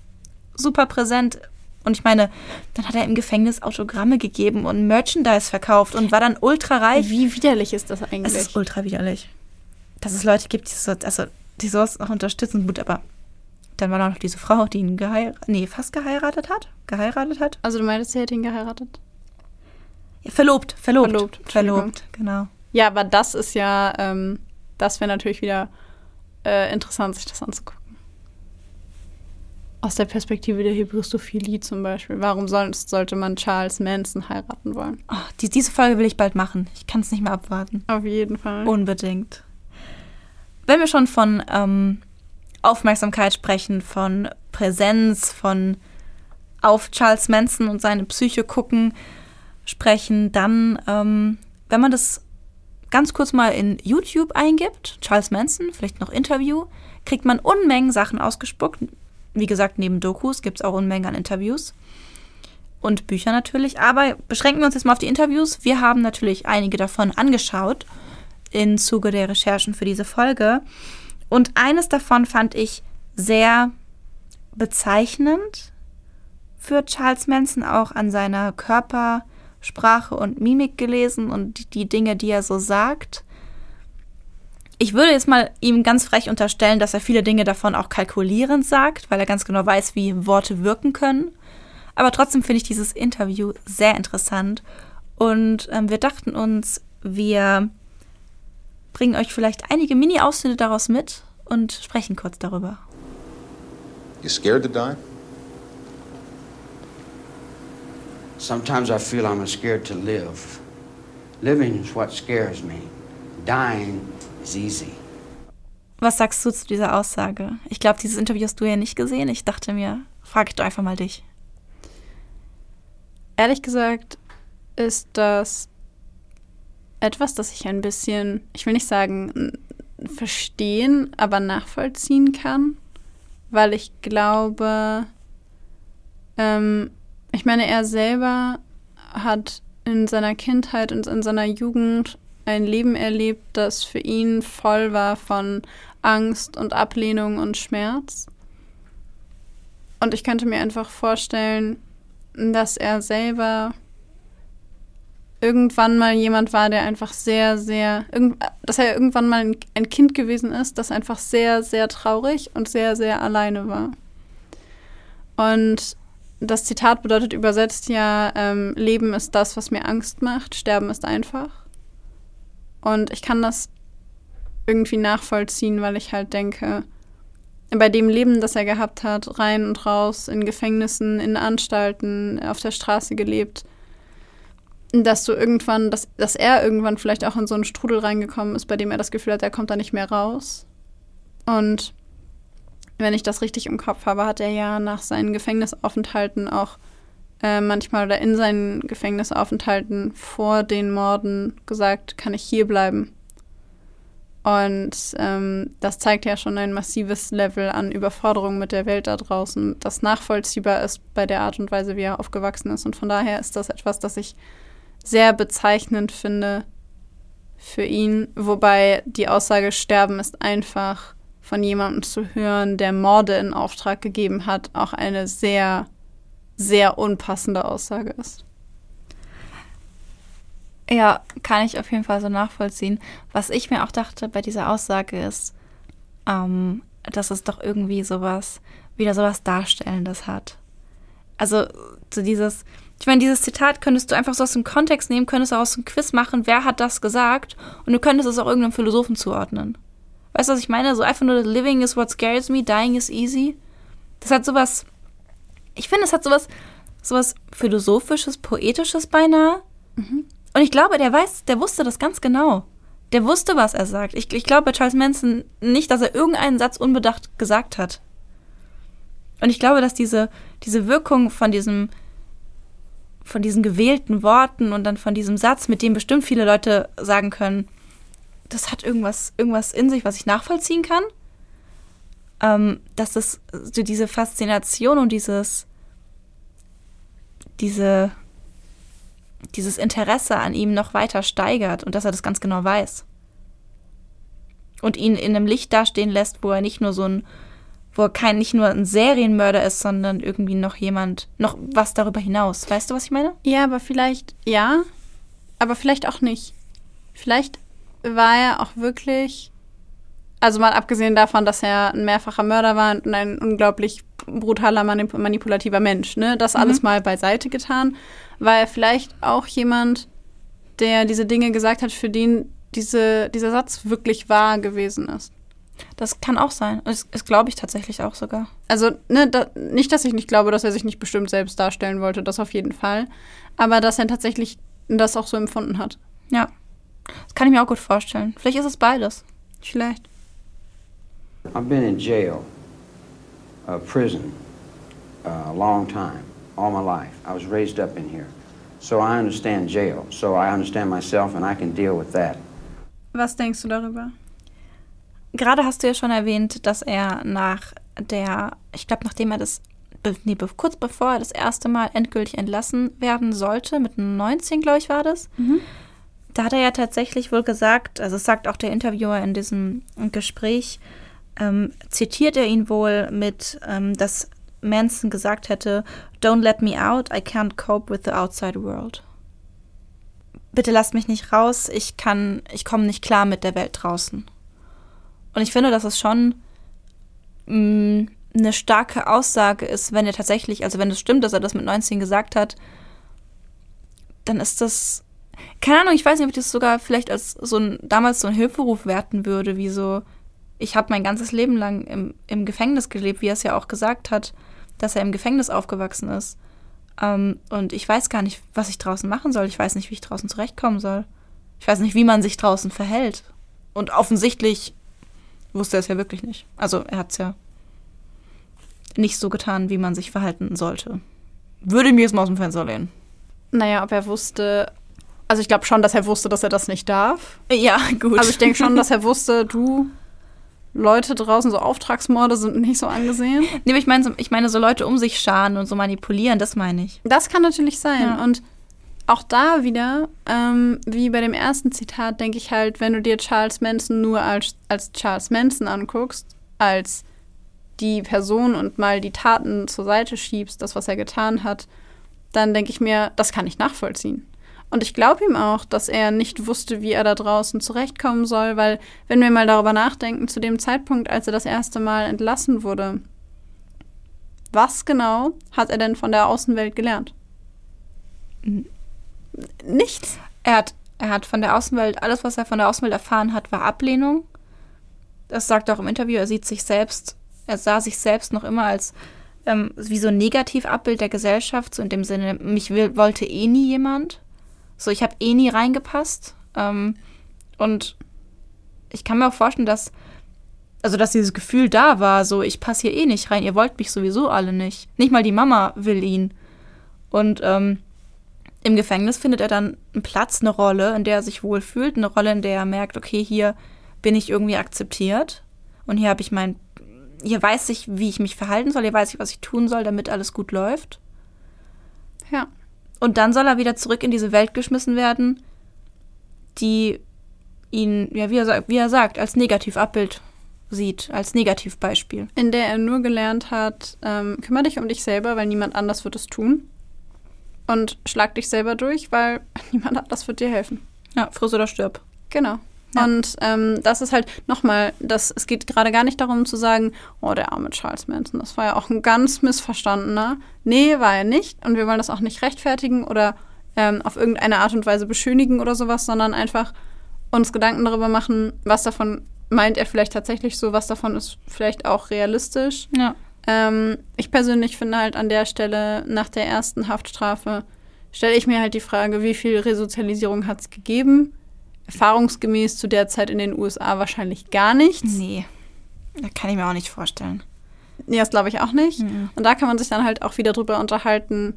super präsent. Und ich meine, dann hat er im Gefängnis Autogramme gegeben und Merchandise verkauft und war dann ultra reich. Wie widerlich ist das eigentlich? Es ist ultra widerlich. Dass es Leute gibt, die sowas noch unterstützen. Gut, aber dann war da noch diese Frau, die ihn fast geheiratet hat. Also du meintest, sie hätte ihn geheiratet? Ja, verlobt, genau. Ja, aber das ist ja, das wäre natürlich wieder interessant, sich das anzugucken. Aus der Perspektive der Hebristophilie zum Beispiel. Warum sollte man Charles Manson heiraten wollen? Oh, diese Folge will ich bald machen. Ich kann es nicht mehr abwarten. Auf jeden Fall. Unbedingt. Wenn wir schon von Aufmerksamkeit sprechen, von Präsenz, von auf Charles Manson und seine Psyche gucken sprechen, dann, wenn man das ganz kurz mal in YouTube eingibt, Charles Manson, vielleicht noch Interview, kriegt man Unmengen Sachen ausgespuckt. Wie gesagt, neben Dokus gibt es auch Unmengen an Interviews. und Bücher natürlich. Aber beschränken wir uns jetzt mal auf die Interviews. Wir haben natürlich einige davon angeschaut im Zuge der Recherchen für diese Folge. Und eines davon fand ich sehr bezeichnend für Charles Manson, auch an seiner Körpersprache und Mimik gelesen und die Dinge, die er so sagt. Ich würde jetzt mal ihm ganz frech unterstellen, dass er viele Dinge davon auch kalkulierend sagt, weil er ganz genau weiß, wie Worte wirken können. Aber trotzdem finde ich dieses Interview sehr interessant. Und wir dachten uns, wir bringen euch vielleicht einige Mini-Ausschnitte daraus mit und sprechen kurz darüber. You scared to die? Sometimes I feel I'm scared to live. Living is what scares me. Dying is easy. Was sagst du zu dieser Aussage? Ich glaube, dieses Interview hast du ja nicht gesehen. Ich dachte mir, frage ich doch einfach mal dich. Ehrlich gesagt ist das etwas, das ich ein bisschen, ich will nicht sagen verstehen, aber nachvollziehen kann, weil ich glaube, ich meine, er selber hat in seiner Kindheit und in seiner Jugend ein Leben erlebt, das für ihn voll war von Angst und Ablehnung und Schmerz. Und ich könnte mir einfach vorstellen, dass er selber irgendwann mal jemand war, der einfach dass er irgendwann mal ein Kind gewesen ist, das einfach sehr, sehr traurig und sehr, sehr alleine war. Und das Zitat bedeutet übersetzt ja, Leben ist das, was mir Angst macht, Sterben ist einfach. Und ich kann das irgendwie nachvollziehen, weil ich halt denke, bei dem Leben, das er gehabt hat, rein und raus, in Gefängnissen, in Anstalten, auf der Straße gelebt, dass er irgendwann vielleicht auch in so einen Strudel reingekommen ist, bei dem er das Gefühl hat, er kommt da nicht mehr raus. Und wenn ich das richtig im Kopf habe, hat er ja nach seinen Gefängnisaufenthalten auch manchmal oder in seinen Gefängnisaufenthalten vor den Morden gesagt, kann ich hier bleiben. Und das zeigt ja schon ein massives Level an Überforderung mit der Welt da draußen, das nachvollziehbar ist bei der Art und Weise, wie er aufgewachsen ist. Und von daher ist das etwas, das ich sehr bezeichnend finde für ihn. Wobei die Aussage, Sterben ist einfach von jemandem zu hören, der Morde in Auftrag gegeben hat, auch eine sehr, sehr unpassende Aussage ist. Ja, kann ich auf jeden Fall so nachvollziehen. Was ich mir auch dachte bei dieser Aussage ist, dass es doch irgendwie sowas Darstellendes hat. Also so dieses Zitat könntest du einfach so aus dem Kontext nehmen, könntest auch aus dem Quiz machen, wer hat das gesagt, und du könntest es auch irgendeinem Philosophen zuordnen. Weißt du, was ich meine? So einfach nur, living is what scares me, dying is easy. Das hat sowas, ich finde, es hat sowas Philosophisches, Poetisches beinahe. Mhm. Und ich glaube, der wusste das ganz genau. Der wusste, was er sagt. Ich glaube bei Charles Manson nicht, dass er irgendeinen Satz unbedacht gesagt hat. Und ich glaube, dass diese Wirkung von diesen gewählten Worten und dann von diesem Satz, mit dem bestimmt viele Leute sagen können, das hat irgendwas in sich, was ich nachvollziehen kann. Dass das so diese Faszination und dieses Interesse an ihm noch weiter steigert und dass er das ganz genau weiß. Und ihn in einem Licht dastehen lässt, wo er nicht nur nicht nur ein Serienmörder ist, sondern irgendwie noch was darüber hinaus. Weißt du, was ich meine? Ja, aber vielleicht auch nicht. Vielleicht war er auch wirklich, also mal abgesehen davon, dass er ein mehrfacher Mörder war und ein unglaublich brutaler, manipulativer Mensch, ne? Das alles mal beiseite getan, war er vielleicht auch jemand, der diese Dinge gesagt hat, für den dieser Satz wirklich wahr gewesen ist. Das kann auch sein. Das glaube ich tatsächlich auch sogar. Also, ne, nicht, dass ich nicht glaube, dass er sich nicht bestimmt selbst darstellen wollte, das auf jeden Fall. Aber dass er tatsächlich das auch so empfunden hat. Ja, das kann ich mir auch gut vorstellen. Vielleicht ist es beides. Vielleicht. I've been in jail, prison, a long time, all my life. I was raised up in here. So I understand jail. So I understand myself and I can deal with that. Was denkst du darüber? Gerade hast du ja schon erwähnt, dass er nachdem er das kurz bevor er das erste Mal endgültig entlassen werden sollte, mit 19, glaube ich, war das. Da hat er ja tatsächlich wohl gesagt, also es sagt auch der Interviewer in diesem Gespräch, zitiert er ihn wohl mit, dass Manson gesagt hätte, "Don't let me out, I can't cope with the outside world." Bitte lasst mich nicht raus, ich komme nicht klar mit der Welt draußen. Und ich finde, dass es schon eine starke Aussage ist, wenn er tatsächlich, also wenn es stimmt, dass er das mit 19 gesagt hat, dann ist das, keine Ahnung, ich weiß nicht, ob ich das sogar vielleicht als damals so ein Hilferuf werten würde, wie so, ich habe mein ganzes Leben lang im Gefängnis gelebt, wie er es ja auch gesagt hat, dass er im Gefängnis aufgewachsen ist. Und ich weiß gar nicht, was ich draußen machen soll. Ich weiß nicht, wie ich draußen zurechtkommen soll. Ich weiß nicht, wie man sich draußen verhält. Und offensichtlich wusste er es ja wirklich nicht. Also er hat es ja nicht so getan, wie man sich verhalten sollte. Würde mir jetzt mal aus dem Fenster lehnen. Naja, ob er wusste, also ich glaube schon, dass er wusste, dass er das nicht darf. Ja, gut. Aber ich denke schon, dass er wusste, Leute draußen, so Auftragsmorde sind nicht so angesehen. Nee, aber ich meine so Leute um sich scharen und so manipulieren, das meine ich. Das kann natürlich sein. Ja. Und auch da wieder, wie bei dem ersten Zitat, denke ich halt, wenn du dir Charles Manson nur als Charles Manson anguckst, als die Person und mal die Taten zur Seite schiebst, das, was er getan hat, dann denke ich mir, das kann ich nachvollziehen. Und ich glaube ihm auch, dass er nicht wusste, wie er da draußen zurechtkommen soll, weil, wenn wir mal darüber nachdenken, zu dem Zeitpunkt, als er das erste Mal entlassen wurde, was genau hat er denn von der Außenwelt gelernt? Nichts. Er hat von der Außenwelt, alles, was er von der Außenwelt erfahren hat, war Ablehnung. Das sagt er auch im Interview, er sah sich selbst noch immer als wie so ein Negativabbild der Gesellschaft, so in dem Sinne, mich wollte eh nie jemand. So, ich habe eh nie reingepasst. Und ich kann mir auch vorstellen, dass dieses Gefühl da war, so, ich passe hier eh nicht rein, ihr wollt mich sowieso alle nicht. Nicht mal die Mama will ihn. Und im Gefängnis findet er dann einen Platz, eine Rolle, in der er sich wohlfühlt, eine Rolle, in der er merkt, okay, hier bin ich irgendwie akzeptiert und hier hier weiß ich, wie ich mich verhalten soll, hier weiß ich, was ich tun soll, damit alles gut läuft. Ja. Und dann soll er wieder zurück in diese Welt geschmissen werden, die ihn, ja, wie er sagt, als Negativabbild sieht, als Negativbeispiel. In der er nur gelernt hat, kümmere dich um dich selber, weil niemand anders wird es tun. Und schlag dich selber durch, weil niemand anders wird dir helfen. Ja, friss oder stirb. Genau. Ja. Und das ist halt nochmal, es geht gerade gar nicht darum zu sagen, oh, der arme Charles Manson, das war ja auch ein ganz missverstandener. Nee, war er nicht. Und wir wollen das auch nicht rechtfertigen oder auf irgendeine Art und Weise beschönigen oder sowas, sondern einfach uns Gedanken darüber machen, was davon meint er vielleicht tatsächlich so, was davon ist vielleicht auch realistisch. Ja. Ich persönlich finde halt an der Stelle, nach der ersten Haftstrafe, stelle ich mir halt die Frage, wie viel Resozialisierung hat es gegeben? Erfahrungsgemäß zu der Zeit in den USA wahrscheinlich gar nichts. Nee, das kann ich mir auch nicht vorstellen. Nee, das glaube ich auch nicht. Mhm. Und da kann man sich dann halt auch wieder drüber unterhalten,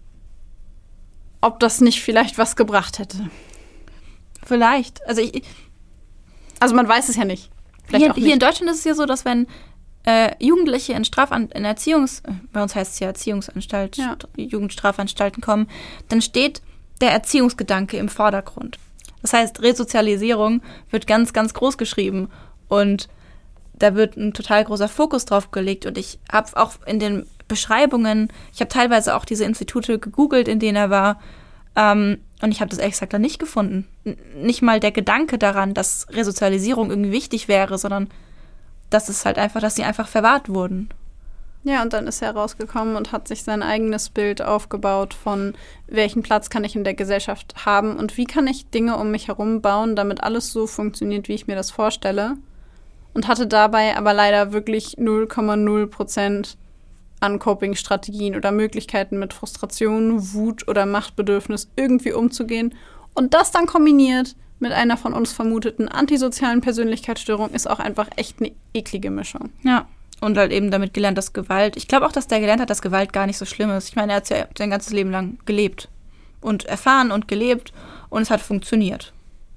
ob das nicht vielleicht was gebracht hätte. Vielleicht. Also man weiß es ja nicht. Vielleicht Hier in Deutschland ist es ja so, dass wenn Jugendliche bei uns heißt es ja Erziehungsanstalt, Ja. Jugendstrafanstalten kommen, dann steht der Erziehungsgedanke im Vordergrund. Das heißt, Resozialisierung wird ganz, ganz groß geschrieben und da wird ein total großer Fokus drauf gelegt. Und ich habe auch in den Beschreibungen, ich habe teilweise auch diese Institute gegoogelt, in denen er war, und ich habe das ehrlich gesagt da nicht gefunden. Nicht mal der Gedanke daran, dass Resozialisierung irgendwie wichtig wäre, sondern dass sie einfach verwahrt wurden. Ja, und dann ist er rausgekommen und hat sich sein eigenes Bild aufgebaut von, welchen Platz kann ich in der Gesellschaft haben und wie kann ich Dinge um mich herum bauen, damit alles so funktioniert, wie ich mir das vorstelle. Und hatte dabei aber leider wirklich 0,0% an Coping-Strategien oder Möglichkeiten mit Frustration, Wut oder Machtbedürfnis irgendwie umzugehen. Und das dann kombiniert mit einer von uns vermuteten antisozialen Persönlichkeitsstörung ist auch einfach echt eine eklige Mischung. Ja. Und halt eben damit gelernt, dass Gewalt, ich glaube auch, dass der gelernt hat, dass Gewalt gar nicht so schlimm ist. Ich meine, er hat ja sein ganzes Leben lang gelebt und erfahren und gelebt und es hat funktioniert.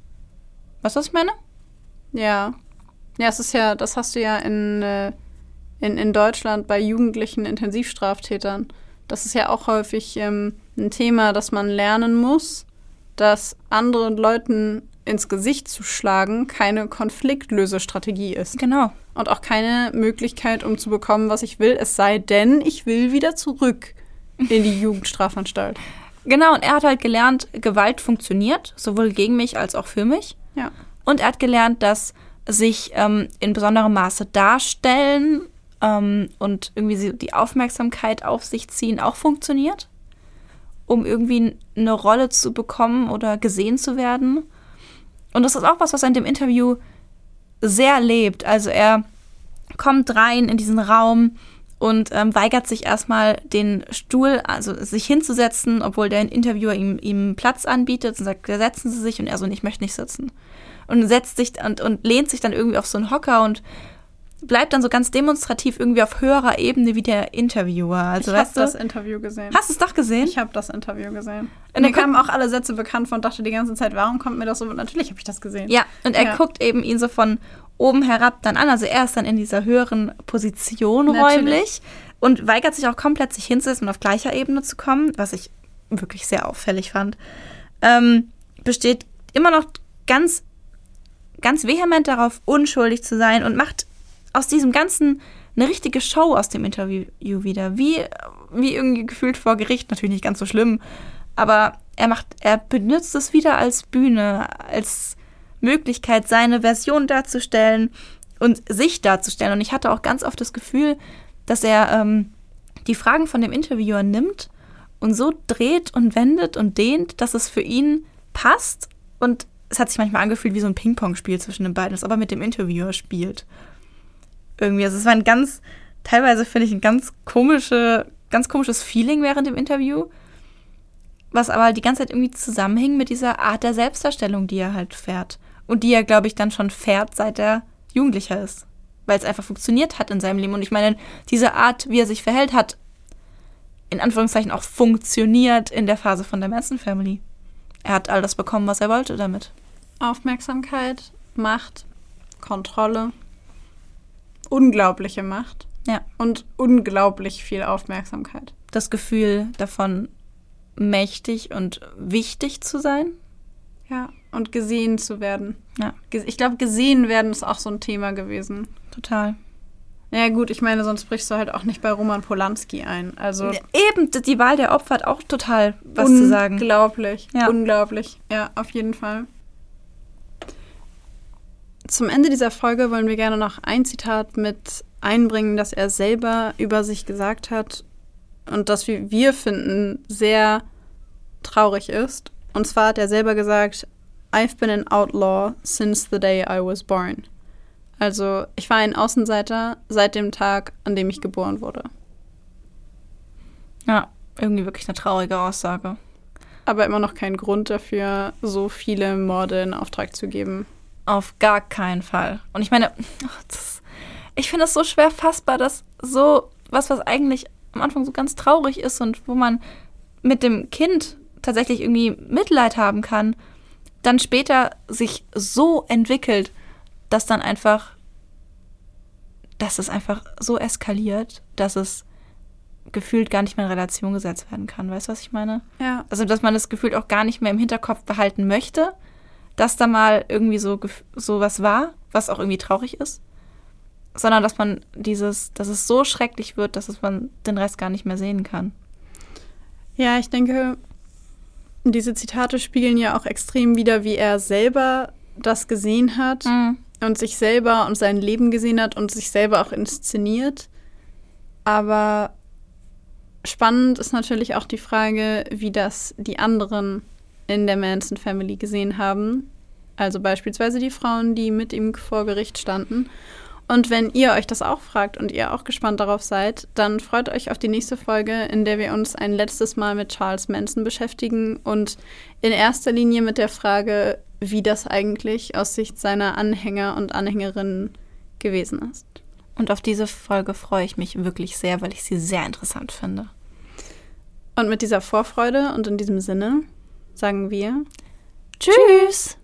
Weißt du, was ich meine? Ja. Ja, es ist ja, das hast du ja in in Deutschland bei jugendlichen Intensivstraftätern. Das ist ja auch häufig ein Thema, dass man lernen muss, dass anderen Leuten ins Gesicht zu schlagen keine Konfliktlösestrategie ist. Genau. Und auch keine Möglichkeit, um zu bekommen, was ich will, es sei denn, ich will wieder zurück in die Jugendstrafanstalt. Genau, und er hat halt gelernt, Gewalt funktioniert, sowohl gegen mich als auch für mich. Ja. Und er hat gelernt, dass sich in besonderem Maße darstellen und irgendwie die Aufmerksamkeit auf sich ziehen auch funktioniert, um irgendwie eine Rolle zu bekommen oder gesehen zu werden. Und das ist auch was er in dem Interview sehr lebt. Also er kommt rein in diesen Raum und weigert sich erstmal den Stuhl, also sich hinzusetzen, obwohl der Interviewer ihm Platz anbietet und sagt, setzen Sie sich, und er so, ich möchte nicht sitzen. Und setzt sich und lehnt sich dann irgendwie auf so einen Hocker und bleibt dann so ganz demonstrativ irgendwie auf höherer Ebene wie der Interviewer. Also, ich habe das Interview gesehen. Hast du es doch gesehen? Ich habe das Interview gesehen. Und mir kamen auch alle Sätze bekannt vor und dachte die ganze Zeit, warum kommt mir das so? Und natürlich habe ich das gesehen. Ja, und er guckt eben ihn so von oben herab dann an. Also er ist dann in dieser höheren Position räumlich und weigert sich auch komplett, sich hinzusetzen und auf gleicher Ebene zu kommen, was ich wirklich sehr auffällig fand. Besteht immer noch ganz, ganz vehement darauf, unschuldig zu sein und macht aus diesem Ganzen eine richtige Show aus dem Interview wieder. Wie irgendwie gefühlt vor Gericht, natürlich nicht ganz so schlimm, aber er benutzt es wieder als Bühne, als Möglichkeit, seine Version darzustellen und sich darzustellen. Und ich hatte auch ganz oft das Gefühl, dass er die Fragen von dem Interviewer nimmt und so dreht und wendet und dehnt, dass es für ihn passt. Und es hat sich manchmal angefühlt wie so ein Ping-Pong-Spiel zwischen den beiden, das aber mit dem Interviewer spielt. Irgendwie, also es war teilweise finde ich ein ganz komisches Feeling während dem Interview, was aber die ganze Zeit irgendwie zusammenhing mit dieser Art der Selbstdarstellung, die er halt fährt. Und die er, glaube ich, dann schon fährt, seit er Jugendlicher ist. Weil es einfach funktioniert hat in seinem Leben. Und ich meine, diese Art, wie er sich verhält, hat in Anführungszeichen auch funktioniert in der Phase von der Manson Family. Er hat all das bekommen, was er wollte damit. Aufmerksamkeit, Macht, Kontrolle, unglaubliche Macht. Ja. Und unglaublich viel Aufmerksamkeit. Das Gefühl davon, mächtig und wichtig zu sein. Ja, und gesehen zu werden. Ja. Ich glaube, gesehen werden ist auch so ein Thema gewesen. Total. Ja gut, ich meine, sonst brichst du halt auch nicht bei Roman Polanski ein. Also eben, die Wahl der Opfer hat auch total was zu sagen. Unglaublich, ja. Unglaublich. Ja, auf jeden Fall. Zum Ende dieser Folge wollen wir gerne noch ein Zitat mit einbringen, das er selber über sich gesagt hat und das, wie wir finden, sehr traurig ist. Und zwar hat er selber gesagt, I've been an outlaw since the day I was born. Also, ich war ein Außenseiter seit dem Tag, an dem ich geboren wurde. Ja, irgendwie wirklich eine traurige Aussage. Aber immer noch kein Grund dafür, so viele Morde in Auftrag zu geben. Auf gar keinen Fall. Und ich meine, ich finde es so schwer fassbar, dass so was eigentlich am Anfang so ganz traurig ist und wo man mit dem Kind tatsächlich irgendwie Mitleid haben kann, dann später sich so entwickelt, dass es einfach so eskaliert, dass es gefühlt gar nicht mehr in Relation gesetzt werden kann. Weißt du, was ich meine? Ja. Also, dass man das gefühlt auch gar nicht mehr im Hinterkopf behalten möchte, dass da mal irgendwie so was war, was auch irgendwie traurig ist, sondern dass es so schrecklich wird, dass man den Rest gar nicht mehr sehen kann. Ja, ich denke, diese Zitate spiegeln ja auch extrem wider, wie er selber das gesehen hat und sich selber und sein Leben gesehen hat und sich selber auch inszeniert. Aber spannend ist natürlich auch die Frage, wie das die anderen in der Manson Family gesehen haben. Also beispielsweise die Frauen, die mit ihm vor Gericht standen. Und wenn ihr euch das auch fragt und ihr auch gespannt darauf seid, dann freut euch auf die nächste Folge, in der wir uns ein letztes Mal mit Charles Manson beschäftigen und in erster Linie mit der Frage, wie das eigentlich aus Sicht seiner Anhänger und Anhängerinnen gewesen ist. Und auf diese Folge freue ich mich wirklich sehr, weil ich sie sehr interessant finde. Und mit dieser Vorfreude und in diesem Sinne sagen wir Tschüss!